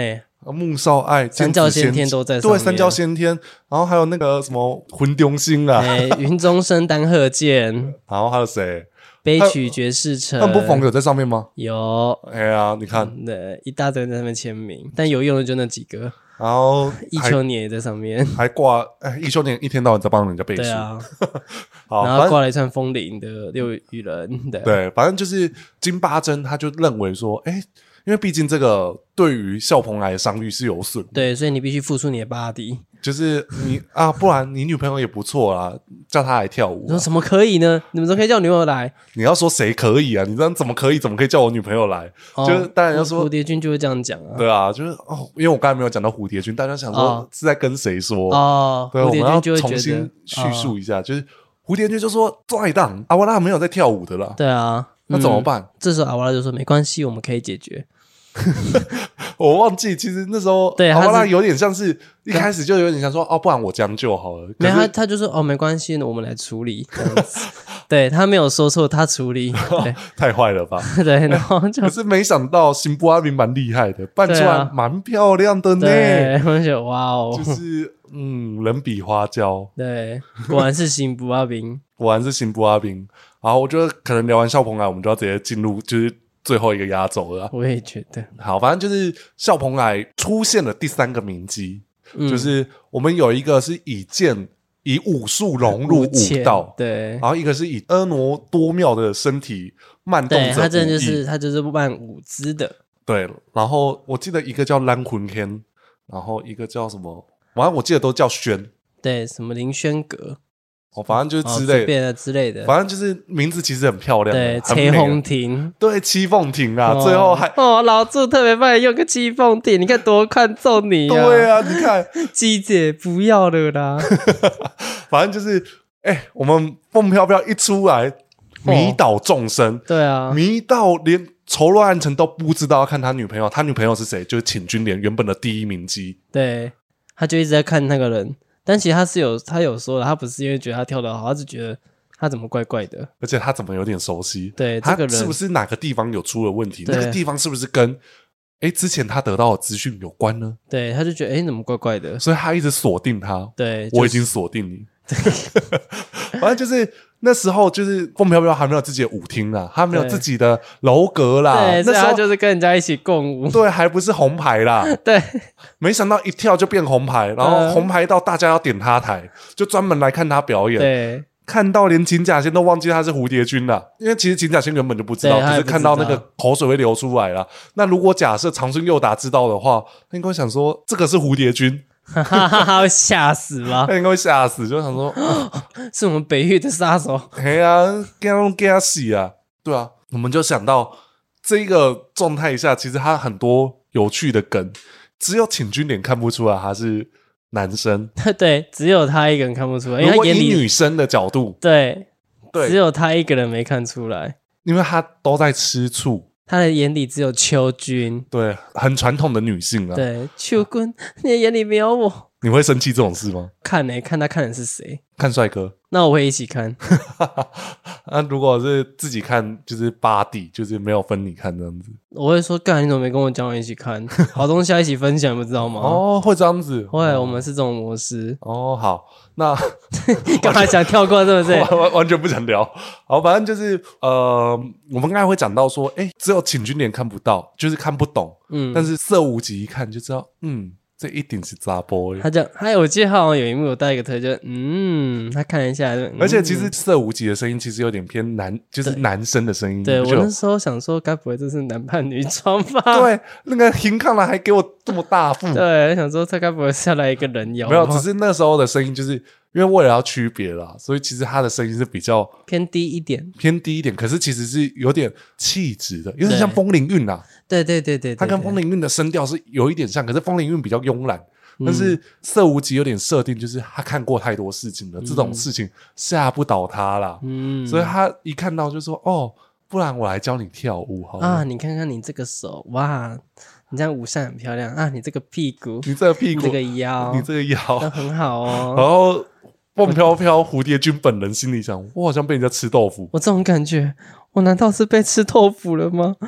穆少爱、 三教先天都在上面， 对，三教先天，然后还有那个什么魂中星啊， 哎，云中生、丹鹤剑， 然后还有谁？ 悲曲绝世城， 他们不逢有在上面吗？ 有， 哎呀，你看， 嗯、对，一大堆人在上面签名，但有用的就那几个。 然后忆秋年也在上面， 还挂哎，忆秋年一天到晚在帮人家背书，对啊， 好， 然后挂了一串风铃的六羽人，对， 对，反正就是金八珍，他就认为说，哎，因为毕竟这个对于笑蓬莱的商誉是有损， 对，所以你必须付出你的 body。 就是你啊，不然你女朋友也不错啦，叫她来跳舞、啊。 你说什么可以呢？你们都可以叫女朋友来。 你要说谁可以啊？你这样怎么可以？怎么可以叫我女朋友来？哦、就是当然要说蝴蝶君就会这样讲啊。 对啊，就是哦，因为我刚才没有讲到蝴蝶君，大家想说、哦、是在跟谁说哦？ 对， 蝴蝶君就会我们要重新叙述一下，哦、就是蝴蝶君就说拽档阿瓦拉没有在跳舞的啦。 对啊， 那怎么办？嗯、 这时候阿瓦拉就说没关系，我们可以解决。 我忘记，其实那时候对阿瓦拉有点像是一开始就有点像说哦，不然我将就好了。 没有他，他就说哦，没关系，我们来处理。对他没有说错，他处理。对太坏了吧？ 对，然后就可是没想到辛布阿明蛮厉害的，扮出来蛮漂亮的呢。 对，我觉得哇哦， 就是嗯，人比花娇。 对，果然是辛布阿明， 果然是辛布阿明。然后我觉得可能聊完笑蓬莱，我们就要直接进入就是。最后一个压轴了， 我也觉得。 好，反正就是笑蓬莱出现了第三个名姬、嗯，就是我们有一个是以剑以武术融入武道， 对， 然后一个是以婀娜多妙的身体慢动着武艺， 他真的就是他就是慢舞姿的， 对。然后我记得一个叫蓝魂天，然后一个叫什么，反正我记得都叫轩， 对，什么林轩阁。 哦，反正就是之类的、 哦、之类的， 反正就是名字其实很漂亮， 对，七凤亭， 对，七凤亭啊、 哦， 最后还哦，老祝特别帮你用个七凤亭，你看多看重你啊！对啊，你看， 鸡姐不要了啦， 反正就是，哎、欸，我们凤飘飘一出来，迷倒众生、哦， 对啊， 迷到连仇罗暗城都不知道要看他女朋友，他女朋友是谁？就是请君莲原本的第一名姬， 对，他就一直在看那个人。但其实他是有，他有说的，他不是因为觉得他跳得好，他是觉得他怎么怪怪的， 而且他怎么有点熟悉？ 对， 他这个人是不是哪个地方有出了问题？那个地方是不是跟哎之前他得到的资讯有关呢？ 对，他就觉得哎怎么怪怪的， 所以他一直锁定他。 对，就是、 我已经锁定你。反正就是那时候，就是凤飘飘还没有自己的舞厅啦，他没有自己的楼阁啦。 对， 那时候他就是跟人家一起共舞。 对，还不是红牌啦。 对， 没想到一跳就变红牌，然后红牌到大家要点他台，就专门来看他表演。 对， 看到连秦假仙都忘记他是蝴蝶君了，因为其实秦假仙原本就不知道，只是看到那个口水会流出来了。那如果假设长孙佑达知道的话，他应该会想说这个是蝴蝶君。 哈哈哈哈！会吓死吗？ 他应该会吓死，就想说、哦、 是我们北域的杀手。 嘿啊，给他给他洗啊！对啊，我们就想到这个状态下，其实他很多有趣的梗，只有请君莲看不出来他是男生。 对，只有他一个人看不出来。 如果以女生的角度， 对对， 只有他一个人没看出来， 因为他都在吃醋。 他的眼里只有秋君， 对，很传统的女性啊。 对，秋君，你的眼里没有我。 你会生气这种事吗？ 看欸，看他看的是谁？ 看帅哥。 那我会一起看。 那如果是自己看，就是八弟，就是没有分你看这样子。 我会说，干，你怎么没跟我讲我一起看？好东西要一起分享，不知道吗？ 哦，会这样子。 会，哦、我们是这种模式。 哦，好，那干嘛想跳过，对不对？ 完完全不想聊。好，反正就是呃，我们刚才会讲到说，哎，只有请君莲看不到，就是看不懂。嗯，但是色无极一看就知道，嗯。这一定是查波。 他讲，还有我记得他好像有一幕有带一个特就嗯，他看了一下、嗯， 而且其实色无极的声音其实有点偏男，就是男生的声音。 对，我那时候想说，该不会这是男扮女装吧？ 对，那个hin看了还给我这么大副。 对，想说他该不会是要来一个人妖？ 没有，只是那时候的声音就是因为为了要区别啦，所以其实他的声音是比较偏低一点， 偏低一点。可是其实是有点气质的，有点像风铃韵啦。 对对对 对, 对， 他跟风铃韵的声调是有一点像，可是风铃韵比较慵懒。但是色无极有点设定，就是他看过太多事情了，嗯、这种事情吓不倒他啦。嗯，所以他一看到就说：“哦，不然我来教你跳舞好了啊！你看看你这个手，哇，你这样舞扇很漂亮啊！你这个屁股， 你这个屁股， 你这个腰， 你这个腰都很好哦。” 然后凤飘飘蝴蝶君本人心里想：“我好像被人家吃豆腐。” 我这种感觉，我难道是被吃豆腐了吗？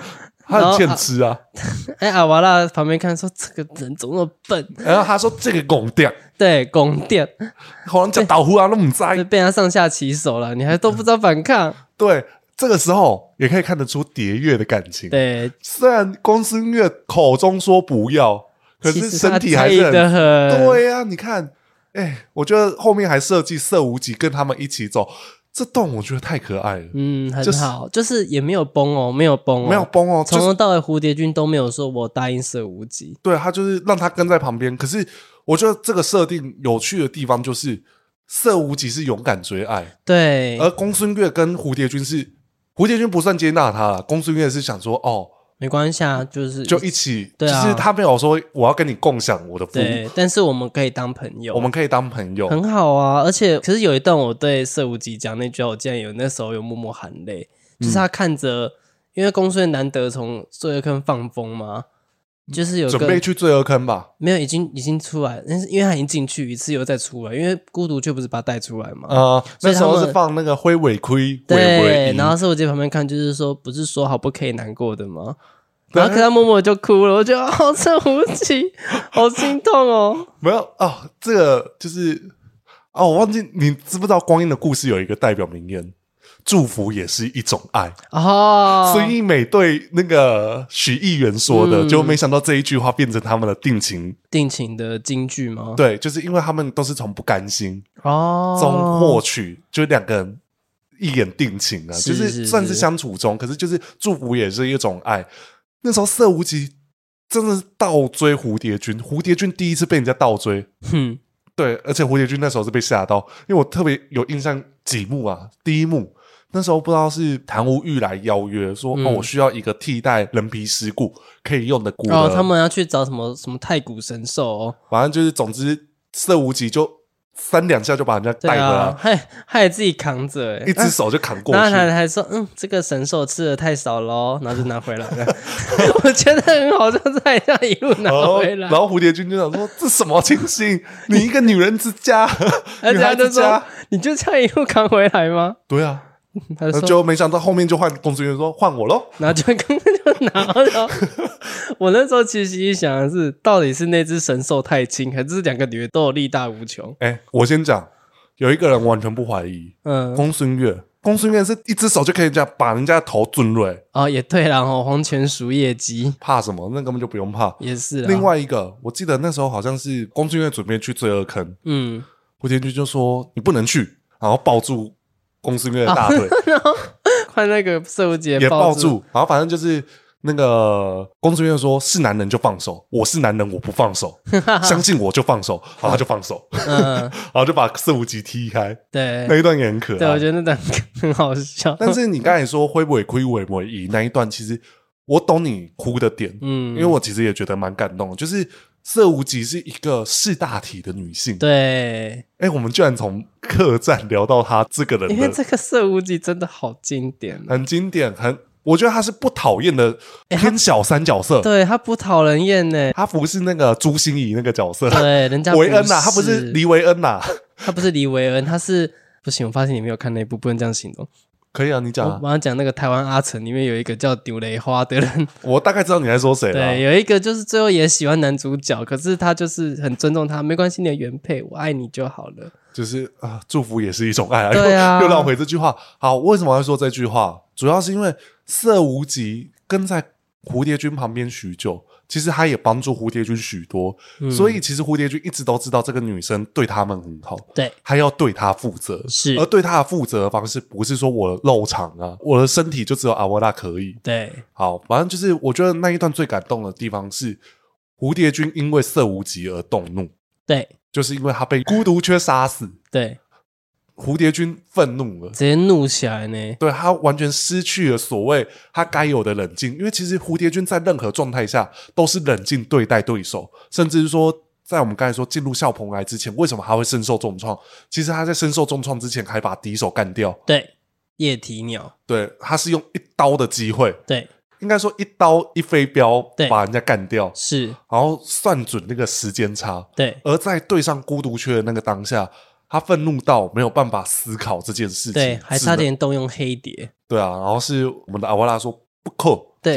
他很欠吃啊。 哎，阿瓦拉旁边看说这个人怎么那么笨， 然后他说这个拱掉， 对，拱掉， 好像叫导呼啊，都不知被他上下其手了，你还都不知道反抗。 对，这个时候也可以看得出蝶月的感情。 对， 虽然公孙越口中说不要，可是身体还是很， 很对啊，你看，哎，我觉得后面还设计色无极跟他们一起走。这段我觉得太可爱了， 嗯，很好，就是、就是也没有崩哦，没有崩哦， 没有崩哦， 从头到尾蝴蝶君都没有说我答应色无极， 对，他就是让他跟在旁边。可是我觉得这个设定有趣的地方就是色无极是勇敢追爱， 对， 而公孙越跟蝴蝶君是蝴蝶君不算接纳他了，公孙越是想说哦。 没关系啊，就是就一起， 对啊， 就是他没有说我要跟你共享我的服务， 对，但是我们可以当朋友， 我们可以当朋友， 很好啊。而且，可是有一段我对色无极讲那句话，我竟然有那时候有默默含泪，就是他看着，嗯、因为公孙难得从罪恶坑放风嘛，就是有准备去罪恶坑吧？ 没有，已经已经出来，但是因为他已经进去一次，又再出来，因为孤独却不是把他带出来嘛。 呃，那时候是放那个灰尾盔， 对，然后色无极旁边看，就是说，不是说好不可以难过的吗？然后可他默默就哭了，我觉得好色无极，好心痛哦。 没有哦，这个就是哦，我忘记你知不知道光阴的故事有一个代表名言，祝福也是一种爱哦。孙一美对那个许议员说的，就、嗯、没想到这一句话变成他们的定情定情的金句吗？ 对，就是因为他们都是从不甘心哦中获取，就两个人一眼定情啊， 是是是就是算是相处中，可是就是祝福也是一种爱。那时候色无极真的是倒追蝴蝶君，蝴蝶君第一次被人家倒追，嗯，对，而且蝴蝶君那时候是被吓到，因为我特别有印象几幕啊，第一幕那时候不知道是谭无欲来邀约说、嗯、哦，我需要一个替代人皮尸骨可以用的骨的， 哦，他们要去找什么什么太古神兽哦， 反正就是总之色无极就三两下就把人家带回来， 啊、害害自己扛着， 一只手就扛过去。 然后他还说：“嗯，这个神兽吃的太少咯，然后就拿回来了。”我觉得很好，就在这样一路拿回来。 然后蝴蝶君就想说：“这什么情形？你一个女人之家，女孩子家， 你就这样一路扛回来吗？” 对啊，他就, 就没想到后面就换公孙越说：“换我咯。” 然后就刚刚就拿了。我那时候其实一想的是，到底是那只神兽太轻，还是两个女人都有力大无穷？ 哎、欸，我先讲，有一个人完全不怀疑，嗯，公孙越，公孙越是一只手就可以这样把人家的头尊瑞。 哦，也对啦，哦，黄泉鼠业鸡， 怕什么？那根本就不用怕。 也是啦。 另外一个，我记得那时候好像是公孙越准备去罪恶坑，嗯，蝴蝶君就说你不能去，然后抱住公孙越的大腿， 哦、然后换那个色无极也抱住，然后反正就是。那个公孙越说是男人就放手，我是男人我不放手，相信我就放手，然后他就放手，嗯、然后就把色无极踢开。 对， 那一段也很可爱。 对，我觉得那段很好笑。 但是你刚才说会不会亏尾尾夷那一段，其实我懂你哭的点，嗯，因为我其实也觉得蛮感动的，就是色无极是一个识大体的女性。 对， 哎，我们居然从客栈聊到她这个人的， 因为这个色无极真的好经典， 很经典，很。我觉得他是不讨厌的偏小三角色， 欸、他对他不讨人厌呢。 他不是那个朱心怡那个角色， 对，人家维恩呐、啊，他不是黎维恩呐、啊， 他不是黎维恩，他是不行。我发现你没有看那部，不能这样形容。 可以啊，你讲、啊。 我刚讲那个台湾阿成里面有一个叫丢雷花的人， 我大概知道你在说谁了。 对，有一个就是最后也喜欢男主角，可是他就是很尊重他，没关系，你的原配，我爱你就好了。 就是啊，祝福也是一种爱啊。 对啊， 又绕回这句话。好，为什么要说这句话？主要是因为色无极跟在蝴蝶君旁边许久，其实他也帮助蝴蝶君许多、嗯、所以其实蝴蝶君一直都知道这个女生对他们很好， 对， 他要对她负责， 是， 而对她的负责的方式不是说我的肉肠啊，我的身体就只有阿瓦拉可以， 对， 好，反正就是我觉得那一段最感动的地方是蝴蝶君因为色无极而动怒， 对， 就是因为他被孤独雀杀死， 对， 蝴蝶君愤怒了， 直接怒起来呢。 对，他完全失去了所谓他该有的冷静，因为其实蝴蝶君在任何状态下都是冷静对待对手，甚至是说在我们刚才说进入笑蓬莱之前，为什么他会身受重创？其实他在身受重创之前还把敌手干掉。 对，夜啼鸟， 对，他是用一刀的机会， 对， 应该说一刀一飞镖把人家干掉， 是， 然后算准那个时间差， 对， 而在对上孤独雀的那个当下。他愤怒到没有办法思考这件事情， 对，还差点动用黑蝶。 对啊，然后是我们的阿瓦拉说不扣， 对， 就是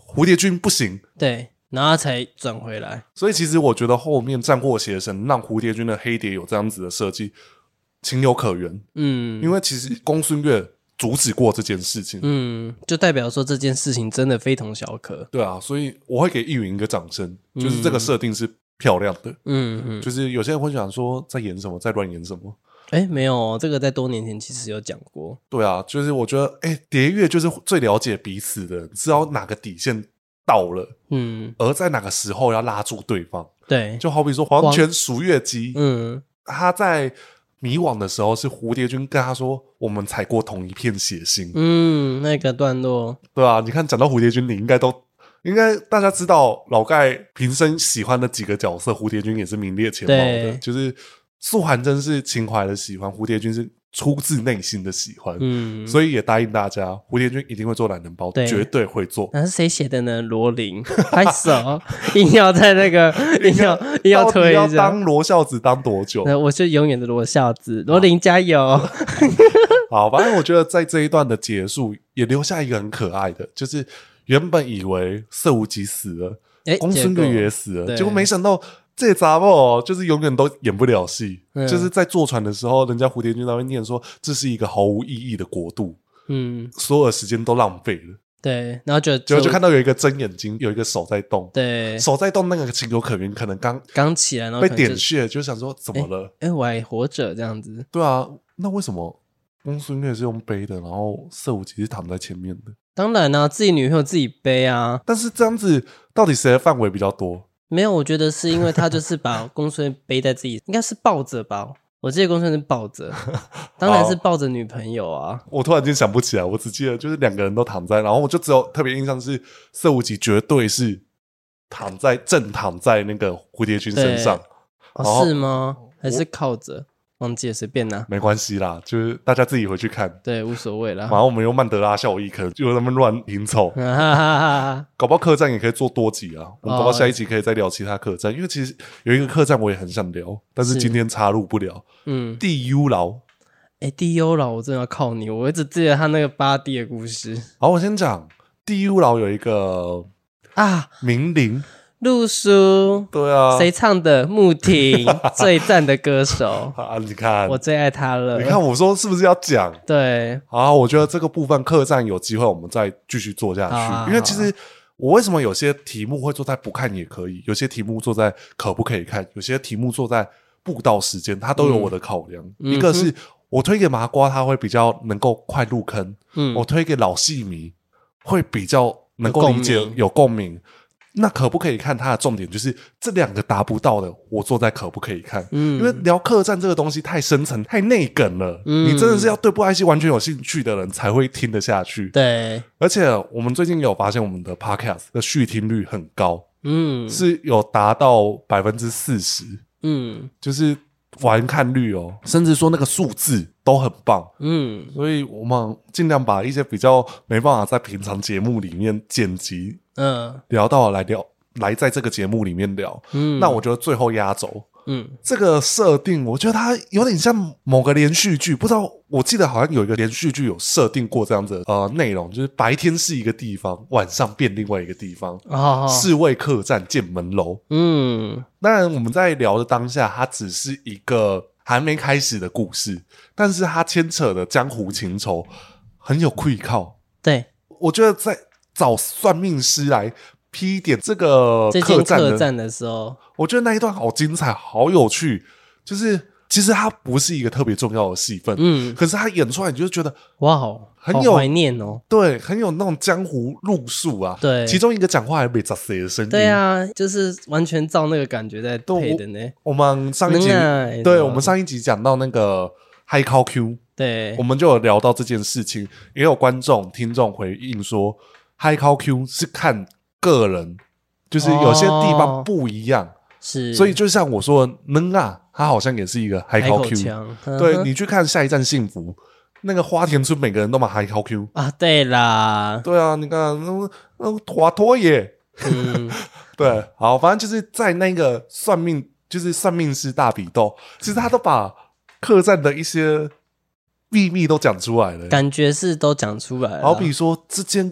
蝴蝶君不行， 对，然后他才转回来。 所以其实我觉得后面战祸邪神让蝴蝶君的黑蝶有这样子的设计，情有可原。嗯，因为其实公孙越阻止过这件事情， 嗯，就代表说这件事情真的非同小可。 对啊，所以我会给易云一个掌声，就是这个设定是漂亮的。嗯嗯，就是有些人会想说在演什么，在乱演什么。 哎，没有，这个在多年前其实有讲过。 对啊，就是我觉得，哎，蝶月就是最了解彼此的，知道哪个底线到了，嗯，而在哪个时候要拉住对方。 对， 就好比说黄泉赎月姬， 嗯， 他在迷惘的时候是蝴蝶君跟他说我们踩过同一片血腥。 嗯，那个段落， 对啊，你看讲到蝴蝶君，你应该都应该大家知道老盖平生喜欢的几个角色，蝴蝶君也是名列前茅的，就是素还真是情怀的喜欢，蝴蝶君是出自内心的喜欢，嗯，所以也答应大家，蝴蝶君一定会做懒人包，对，绝对会做。 那是谁写的呢？罗琳，拍手，硬要在那个硬要硬要推一下， 要当罗孝子当多久？ 我是永远的罗孝子，罗琳加油！ 好，反正我觉得在这一段的结束，也留下一个很可爱的，就是原本以为色无极死了，公孙越也死了，结果没想到。这杂货就是永远都演不了戏、嗯，就是在坐船的时候，人家蝴蝶君那边念说这是一个毫无意义的国度，嗯，所有的时间都浪费了。 对，然后就结果就看到有一个睁眼睛，有一个手在动， 对， 手在动，那个情有可原，可能刚刚起来，然后被点穴，就想说怎么了？ 哎、欸欸，我还活着这样子。 对啊，那为什么公孙越是用背的，然后色无极是躺在前面的？ 当然啊，自己女朋友自己背啊。 但是这样子，到底谁的范围比较多？ 没有，我觉得是因为他就是把公孙背在自己，应该是抱着吧。我记得公孙是抱着，当然是抱着女朋友啊。 我突然间想不起来，我只记得就是两个人都躺在，然后我就只有特别印象是色无极绝对是躺在正躺在那个蝴蝶君身上。 哦，是吗？还是靠着？忘记了，随便拿， 没关系啦，就是大家自己回去看， 对，无所谓啦。 然后我们用曼德拉效应，可能就那么乱拼凑，搞不好客栈也可以做多集啊。我们搞不好下一集可以再聊其他客栈，因为其实有一个客栈我也很想聊，但是今天插入不了。嗯，地幽牢， 哎、欸，地幽牢，我真的要靠你，我一直记得他那个八弟的故事。 好，我先讲地幽牢有一个啊名伶。 陆叔， 对啊， 谁唱的？穆婷，最赞的歌手啊！你看， 我最爱他了。 你看，我说是不是要讲？ 对， 好，我觉得这个部分客栈有机会我们再继续做下去，啊、因为其实我为什么有些题目会做在不看也可以，有些题目做在可不可以看，有些题目做在布道时间，它都有我的考量。嗯、一个是我推给麻瓜，他会比较能够快入坑；嗯，我推给老戏迷会比较能够理解、有共鸣。那可不可以看它的重点就是这两个达不到的，我坐在可不可以看？嗯，因为聊客栈这个东西太深层、太内梗了，嗯，你真的是要对布袋戏完全有兴趣的人才会听得下去。 对， 而且我们最近有发现我们的 podcast 的续听率很高，嗯，是有达到百分之四十，嗯，就是完看率哦，甚至说那个数字都很棒，嗯，所以我们尽量把一些比较没办法在平常节目里面剪辑。嗯，聊到来聊来在这个节目里面聊，嗯，那我觉得最后压轴，嗯，这个设定我觉得它有点像某个连续剧，不知道我记得好像有一个连续剧有设定过这样子的呃内容，就是白天是一个地方，晚上变另外一个地方，哦，侍卫客栈剑门楼，嗯，当然我们在聊的当下，它只是一个还没开始的故事，但是它牵扯的江湖情仇很有愧靠， 对， 我觉得在。找算命师来批点这个客栈 的, 客栈的时候， 我觉得那一段好精彩，好有趣。就是其实它不是一个特别重要的戏份，嗯，可是它演出来，你就觉得哇，很有怀念哦。 对，很有那种江湖路数啊。对，其中一个讲话还没杂谁的声音。 对啊，就是完全照那个感觉在配的呢。 我, 我们上一集，对，我们上一集讲到那个 High Call Q， 对，我们就有聊到这件事情，也有观众听众回应说。High Call Q 是看个人，就是有些地方不一样，哦、是，所以就像我说的，能啊，他好像也是一个 High Call Q， 对、嗯、你去看下一站幸福，那个花田村每个人都买 High Call Q 啊，对啦， 对啊，你看那那华佗也，嗯，对，好，反正就是在那个算命，就是算命师大比斗，其实他都把客栈的一些秘密都讲出来了， 感觉是都讲出来了， 好比说这间。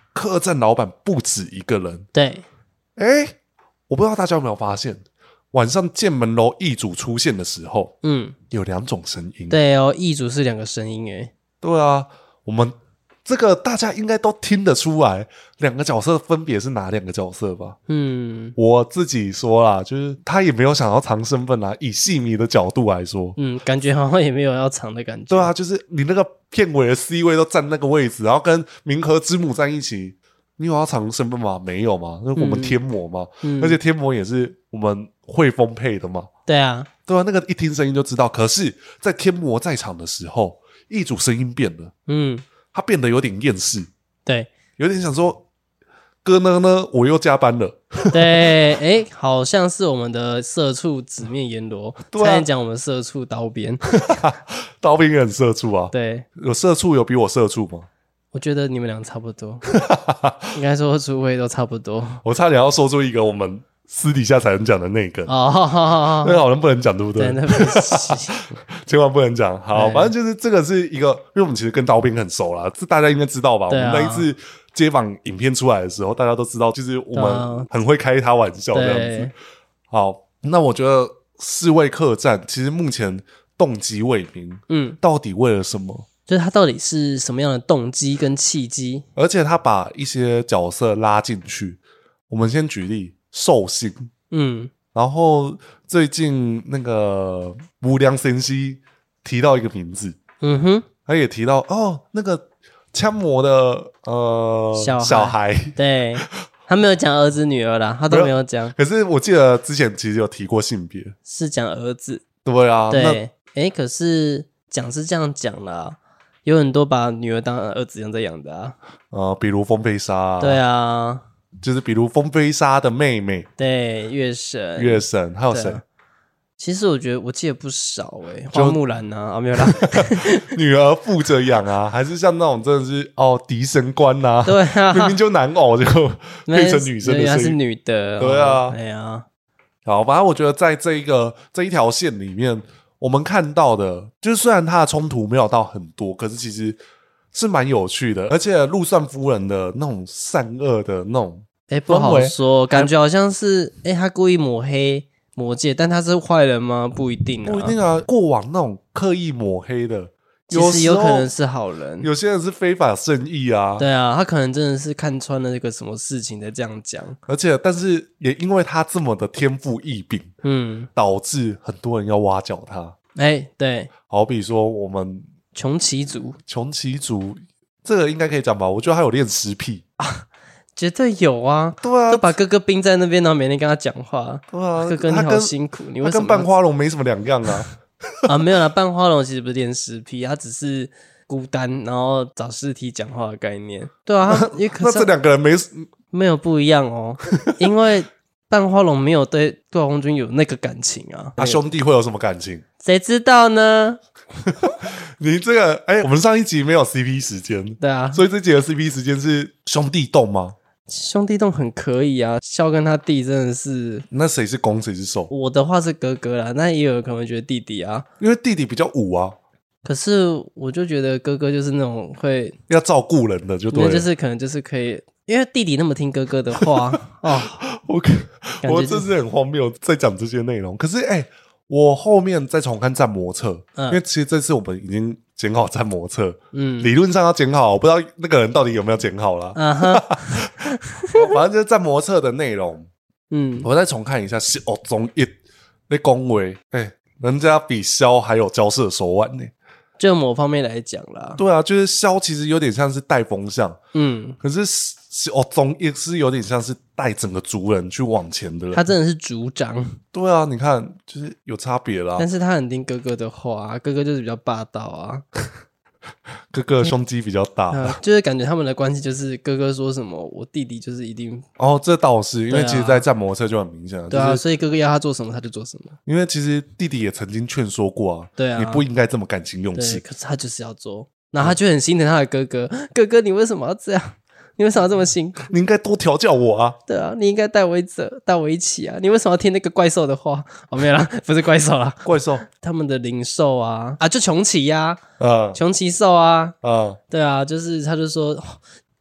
客栈老板不止一个人。 对， 哎，我不知道大家有没有发现，晚上剑门楼义主出现的时候，嗯，有两种声音。 对哦，义主是两个声音诶。 对啊，我们这个大家应该都听得出来，两个角色分别是哪两个角色吧？嗯，我自己说啦，就是他也没有想要藏身份啦。以戏迷的角度来说， 嗯，感觉好像也没有要藏的感觉。 对啊，就是你那个片尾的 C 位都站那个位置，然后跟冥河之母站一起，你有要藏身份吗？没有嘛，那我们天魔嘛，嗯、而且天魔也是我们汇丰配的嘛。 对啊， 对啊，那个一听声音就知道。可是，在天魔在场的时候，义主声音变了，嗯。他变得有点厌世， 对， 有点想说哥呢呢，我又加班了。 对，哎，好像是我们的社畜紫面阎罗，差点讲我们社畜刀边， 刀边也很社畜啊。 对， 有社畜有比我社畜吗？ 我觉得你们俩差不多，应该说诸位都差不多。 我差点要说出一个我们私底下才能讲的那个哦，好好好， 那个好像不能讲，对不对？ 对，那不行， 千万不能讲。好，反正就是这个是一个，因为我们其实跟刀兵很熟啦，这大家应该知道吧？ 对啊、 我们那一次街访影片出来的时候，大家都知道，就是我们很会开他玩笑这样子。好，那我觉得四位客栈其实目前动机未明，嗯，到底为了什么？ 就是他到底是什么样的动机跟契机？ 而且他把一些角色拉进去，我们先举例。寿星，嗯，然后最近那个无良神西提到一个名字，嗯哼，他也提到哦，那个枪魔的呃小孩， 小孩对，他没有讲儿子女儿啦，他都没有讲。 可是我记得之前其实有提过性别， 是讲儿子， 对啊， 对，哎，可是讲是这样讲啦，有很多把女儿当儿子一样在养的啊， 呃，比如风飞沙、啊， 对啊。 就是比如风飞沙的妹妹， 对，月神， 月神还有谁？ 其实我觉得我记得不少哎、欸，花木兰啊，啊没有啦， 女儿负责养啊，还是像那种真的是哦嫡神官呐、啊， 对啊， 明明就男偶就变成女生的声音， 原来是女的， 对啊， 哎呀， 好，反正我觉得在这一个这一条线里面，我们看到的，就是虽然它的冲突没有到很多，可是其实。是蛮有趣的，而且陆算夫人的那种善恶的那种， 哎、欸，不好说，感觉好像是，哎、欸，他故意抹黑魔界，但他是坏人吗？不一定啊， 不一定啊。过往那种刻意抹黑的， 其实有可能是好人， 有些人是非法正义啊。 对啊，他可能真的是看穿了这个什么事情才这样讲。 而且，但是也因为他这么的天赋异禀，嗯，导致很多人要挖角他。 哎、欸，对， 好比说我们。 穷奇族， 穷奇族，这个应该可以讲吧？我觉得他有恋尸癖啊，绝对有啊！ 对啊， 都把哥哥冰在那边，然后每天跟他讲话。 对啊， 哥哥你好辛苦，你为什么？ 他跟半花龙没什么两样啊！ 啊，没有啦，半花龙其实不是恋尸癖，他只是孤单，然后找尸体讲话的概念。对啊，他因为那这两个人没没有不一样哦，因为半花龙没有对对红军有那个感情啊。 他兄弟会有什么感情？ 谁知道呢？ 你这个哎、欸，我们上一集没有 C P 时间， 对啊， 所以这集的 C P 时间是兄弟洞吗？ 兄弟洞很可以啊，孝跟他弟真的是。 那谁是攻谁是受？ 我的话是哥哥啦，那也有人可能觉得弟弟啊， 因为弟弟比较武啊。 可是我就觉得哥哥就是那种会要照顾人的，就对了， 就是可能就是可以，因为弟弟那么听哥哥的话哦， 我我真是很荒谬在讲这些内容，可是哎。欸我后面再重看战魔册，嗯、因为其实这次我们已经剪好战魔册，嗯，理论上要剪好，我不知道那个人到底有没有剪好啦。嗯哼，反正就是战魔册的内容，嗯，我再重看一下，是哦，总一那恭维，哎，人家比萧还有交涉手腕呢。 就某方面来讲啦， 对啊，就是萧其实有点像是带风向，嗯，可是是哦，总也是有点像是带整个族人去往前的人， 他真的是族长。 对啊，你看就是有差别啦， 但是他很听哥哥的话，哥哥就是比较霸道啊。 哥哥的胸肌比较大、 呃，就是感觉他们的关系就是哥哥说什么，我弟弟就是一定。 哦，这倒是，因为其实在战魔车就很明显了。 对啊， 就是、 所以哥哥要他做什么他就做什么。 因为其实弟弟也曾经劝说过啊， 对啊， 你不应该这么感情用事。 可是他就是要做，然后他就很心疼他的哥哥，嗯、哥哥你为什么要这样？你为什么要这么辛苦？ 你应该多调教我啊！ 对啊，你应该带我一走，带我一起啊！你为什么要听那个怪兽的话？哦，没有啦，不是怪兽啦， 怪兽， 他们的灵兽啊啊，就穷奇呀、啊，嗯，穷奇兽啊，嗯，对啊，就是他就说，哦、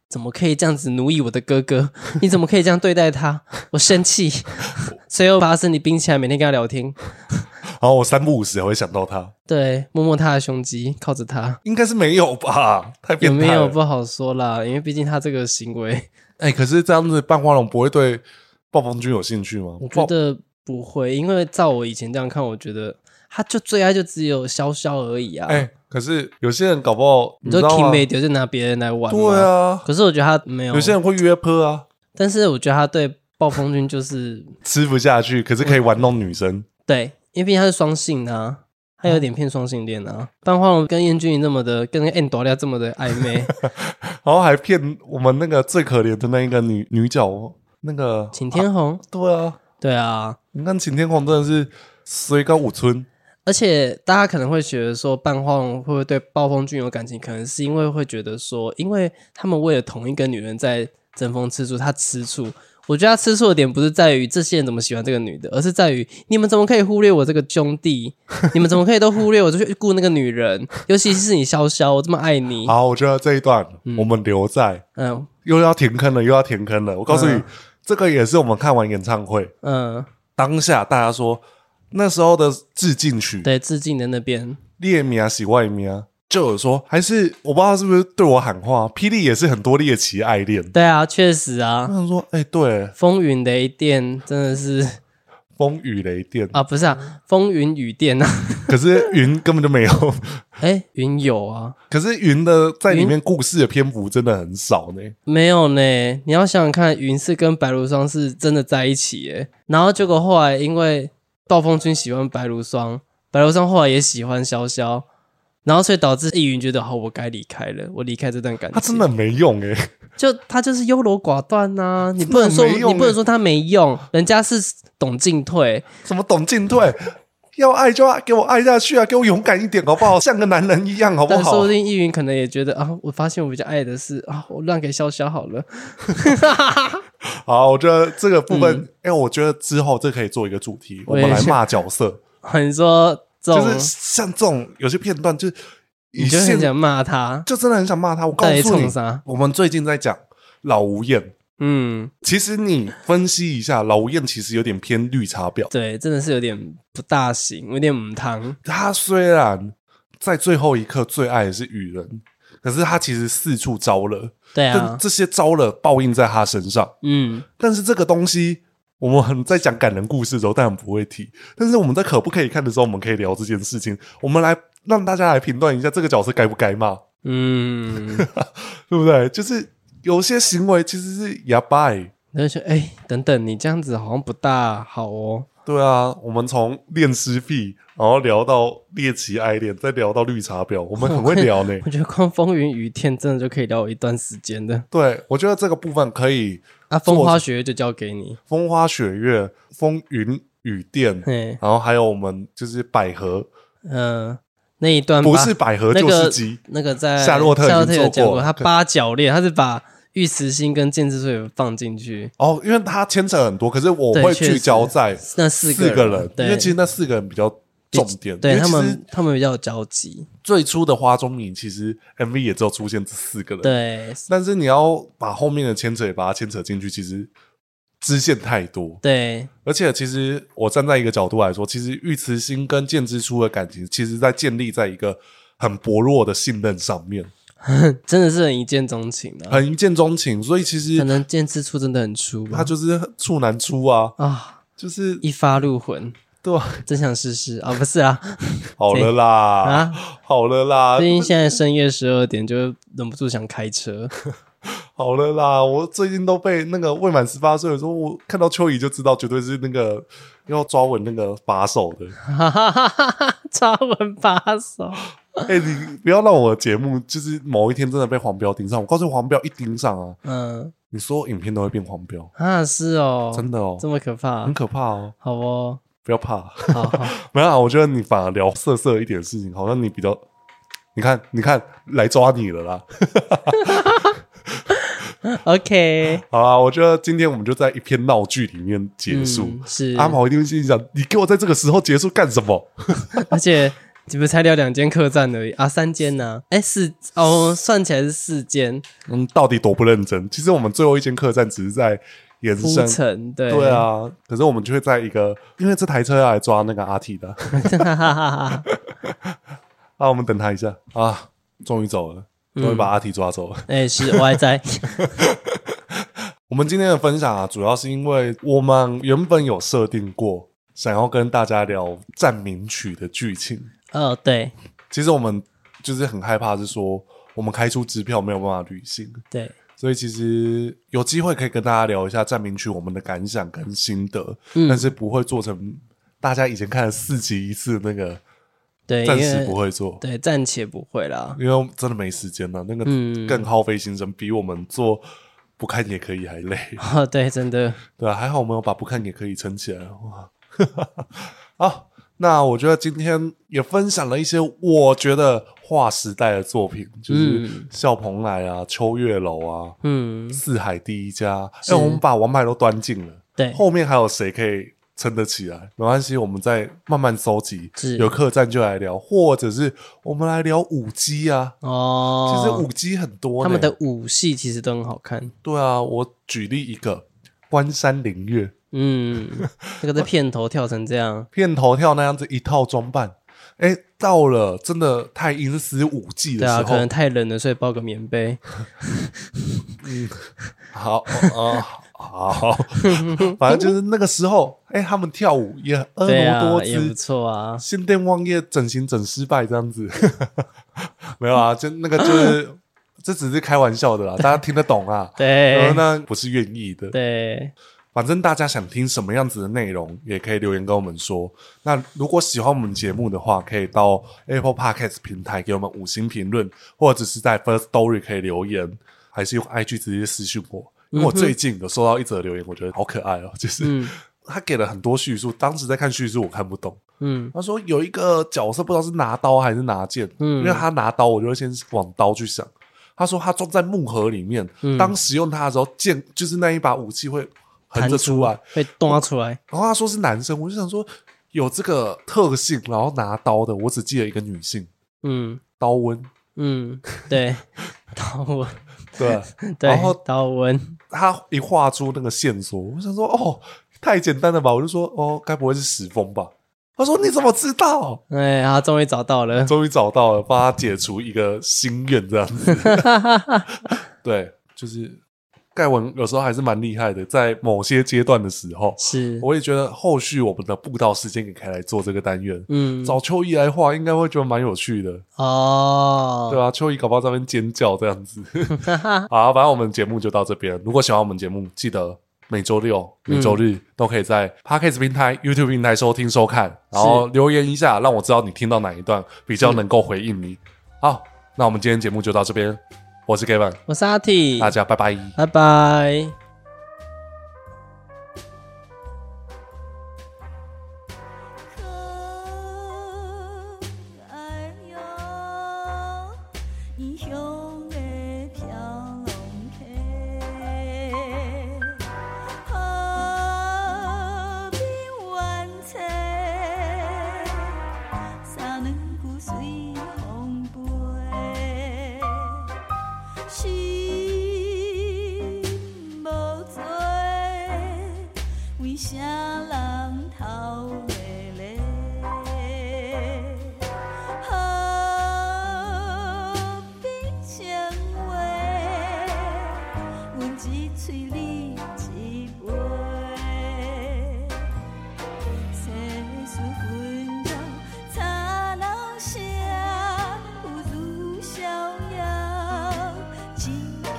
怎么可以这样子奴役我的哥哥？你怎么可以这样对待他？我生气，所以我把他身体冰起来，每天跟他聊天。 然后我三不五时还会想到他， 对，摸摸他的胸肌，靠着他。 应该是没有吧？太变态了。 有没有不好说啦，因为毕竟他这个行为， 哎、欸，可是这样子半花龙不会对暴风君有兴趣吗？ 我觉得不会，因为照我以前这样看，我觉得他就最爱就只有潇潇而已啊。 哎、欸，可是有些人搞不好， 你说 King 没丢就拿别人来玩， 对啊。 可是我觉得他没有， 有些人会约炮啊， 但是我觉得他对暴风君就是吃不下去，可是可以玩弄女生。 对。因为毕竟他是双性的啊，他有点偏双性恋啊。半花龙跟燕君怡这么的，跟 N 朵亮这么的暧昧， 然后还骗我们那个最可怜的那一个女女角，那个擎天红、啊。 对啊， 对啊， 你看擎天红真的是衰高五村。 而且大家可能会觉得说，半花龙会不会对暴风君有感情？可能是因为会觉得说，因为他们为了同一个女人在争风吃醋，他吃醋。我觉得他吃醋的点不是在于这些人怎么喜欢这个女的，而是在于你们怎么可以忽略我这个兄弟？你们怎么可以都忽略我，就去顾那个女人？尤其是你潇潇，我这么爱你。 好，我觉得这一段我们留在，嗯，又要填坑了，又要填坑了。我告诉你，嗯、这个也是我们看完演唱会，嗯，当下大家说那时候的致敬曲， 对，致敬的那边， 列名喜外名。就有说，还是我不知道是不是对我喊话，霹雳也是很多猎奇爱恋。 对啊，确实啊。 我想说，哎、欸，对， 风云雷电真的是风雨雷电啊，不是啊，风云雨电啊。 可是云根本就没有。 哎、欸，云有啊， 可是云的在里面故事的篇幅真的很少呢。 没有呢，你要想想看，云是跟白如霜是真的在一起耶，然后结果后来因为暴风君喜欢白如霜，白如霜后来也喜欢潇潇。然后所以导致易云觉得好，我该离开了，我离开这段感情。 他真的没用诶、欸， 就他就是优柔寡断呐、啊，你不能说、欸、你不能说他没用，人家是懂进退。 什么懂进退？要爱就要给我爱下去啊，给我勇敢一点好不好？像个男人一样好不好？ 但说不定易云可能也觉得啊，我发现我比较爱的是啊，我让给潇潇好了。 好，我觉得这个部分，哎、嗯欸，我觉得之后这可以做一个主题，我们来骂角色。 你说。 就是像这种有些片段，就是你就很想骂他， 就真的很想骂他。我告诉你，我们最近在讲老吴燕，嗯，其实你分析一下，老吴燕其实有点偏绿茶婊， 对，真的是有点不大行，有点母汤。 他虽然在最后一刻最爱的是雨人，可是他其实四处招惹， 对啊， 这些招惹报应在他身上，嗯，但是这个东西。我们在讲感人故事的时候当然不会提，但是我们在可不可以看的时候我们可以聊这件事情，我们来让大家来评断一下这个角色该不该骂，嗯，对不对？就是有些行为其实是哑巴欸， 那就哎、欸，等等，你这样子好像不大好哦。 对啊，我们从恋尸癖，然后聊到猎奇爱恋，再聊到绿茶婊，我们很会聊呢。 我觉得光风云雨天真的就可以聊一段时间的。 对，我觉得这个部分可以啊，风花雪月就交给你。 风花雪月、风云雨电，然后还有我们就是百合， 嗯、呃，那一段不是百合就是鸡、 那个，那个在夏洛特已经有做过， 他八角恋，他是把玉慈心跟剑之水放进去哦，因为他牵扯很多，可是我会聚焦在那四个人， 个人因为其实那四个人比较重点， 对他们他们比较有交集。 最初的花中米其实 M V 也只有出现这四个人， 对， 但是你要把后面的牵扯也把它牵扯进去，其实支线太多。 对， 而且其实我站在一个角度来说，其实玉慈心跟剑之初的感情，其实在建立在一个很薄弱的信任上面。 真的是很一见钟情啊， 很一见钟情，所以其实可能剑之初真的很粗吧， 他就是处男初啊啊， 就是一发入魂， 对， 真想试试啊，不是啊， 好了啦啊，好了啦， 最近现在深夜十二点就忍不住想开车， 好了啦，我最近都被那个未满十八岁的时候，我看到秋怡就知道绝对是那个要抓稳那个把手的， 抓稳把手。 哎、欸，你不要让我的节目就是某一天真的被黄标盯上。我告诉你，黄标一盯上啊，嗯，你所有影片都会变黄标啊，是哦， 真的哦， 这么可怕， 很可怕哦。 好哦， 不要怕， 好好没有啊。我觉得你反而聊色色一点的事情，好像你比较，你看，你看，来抓你了啦。 OK， 好啦，我觉得今天我们就在一篇闹剧里面结束。 嗯、是阿毛一定会心里想：你给我在这个时候结束干什么？ 而且。 你不是才聊两间客栈而已啊？三间呢、啊？哎，四哦，算起来是四间。 嗯，到底多不认真？其实我们最后一间客栈只是在延伸， 铺陈，对对啊。可是我们就会在一个，因为这台车要来抓那个阿 T 的，啊，我们等他一下啊，终于走了，终于把阿 T 抓走了。 哎、嗯欸，是我还在。 我们今天的分享啊，主要是因为我们原本有设定过，想要跟大家聊战名曲的剧情。 哦，对， 其实我们就是很害怕，是说我们开出支票没有办法履行。 对， 所以其实有机会可以跟大家聊一下战名曲我们的感想跟心得，嗯、但是不会做成大家以前看了四集一次那个， 对， 暂时不会做， 对，暂且不会啦， 因为真的没时间了，那个更耗费心神，比我们做不看也可以还累。 哦，对，真的， 对啊，还好我们有把不看也可以撑起来。哇，好。那我觉得今天也分享了一些我觉得划时代的作品，就是笑蓬莱啊、秋月楼啊、嗯、四海第一家。哎、欸，我们把王牌都端尽了，对，后面还有谁可以撑得起来？没关系，我们再慢慢收集。有客栈就来聊，或者是我们来聊舞姬啊。哦，其实舞姬很多， 他们的舞戏其实都很好看。 对啊，我举例一个关山灵月。 嗯，这个在片头跳成这样， 片头跳那样子一套装扮，哎，到了真的太阴司五季的时候， 对啊，可能太冷了，所以包个棉被。 嗯，好啊，好，好反正就是那个时候，哎，他们跳舞也婀娜多姿， 也不错啊。 新店望夜整形整失败这样子，没有啊，就那个就是。这只是开玩笑的啦，大家听得懂啊。 对， 那不是愿意的。 对。 反正大家想听什么样子的内容，也可以留言跟我们说。那如果喜欢我们节目的话，可以到 Apple Podcast 平台给我们五星评论，或者是在 First Story 可以留言，还是用 I G 直接私讯我。因为我最近有收到一则留言，我觉得好可爱哦，就是、嗯、他给了很多叙述，当时在看叙述我看不懂。嗯，他说有一个角色不知道是拿刀还是拿剑，嗯，因为他拿刀，我就会先往刀去想。他说他装在木盒里面、嗯、当使用它的时候剑就是那一把武器会横着出来会动出来， 然后他说是男生，我就想说有这个特性然后拿刀的我只记得一个女性，嗯，刀温， 嗯，对，刀温对对，然后刀温他一画出那个线索，我想说哦太简单了吧，我就说哦该不会是石峰吧，他说你怎么知道？ 哎，他终于找到了， 终于找到了，帮他解除一个心愿这样子。对，就是盖文有时候还是蛮厉害的，在某些阶段的时候，是我也觉得后续我们的布道时间也可以来做这个单元，嗯，找秋怡来画应该会觉得蛮有趣的哦。对啊，秋怡搞不好在那边尖叫这样子。好，反正我们节目就到这边。如果喜欢我们节目，记得。每周六、每周日、嗯、都可以在 Podcast 平台、YouTube 平台收听收看，然后留言一下，让我知道你听到哪一段比较能够回应你。好，那我们今天节目就到这边，我是 Kevin， 我是阿 T， 大家拜拜， 拜拜。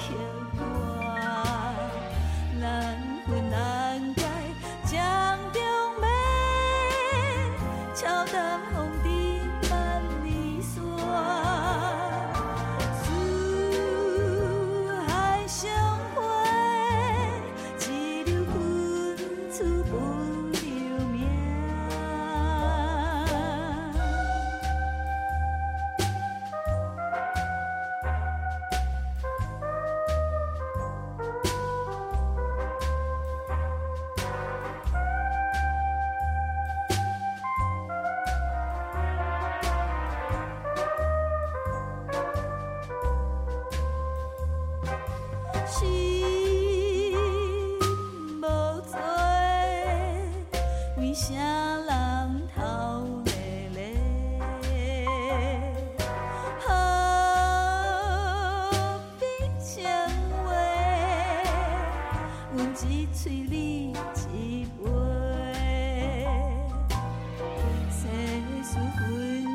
分难解，将着。 嘴里一杯，世事纷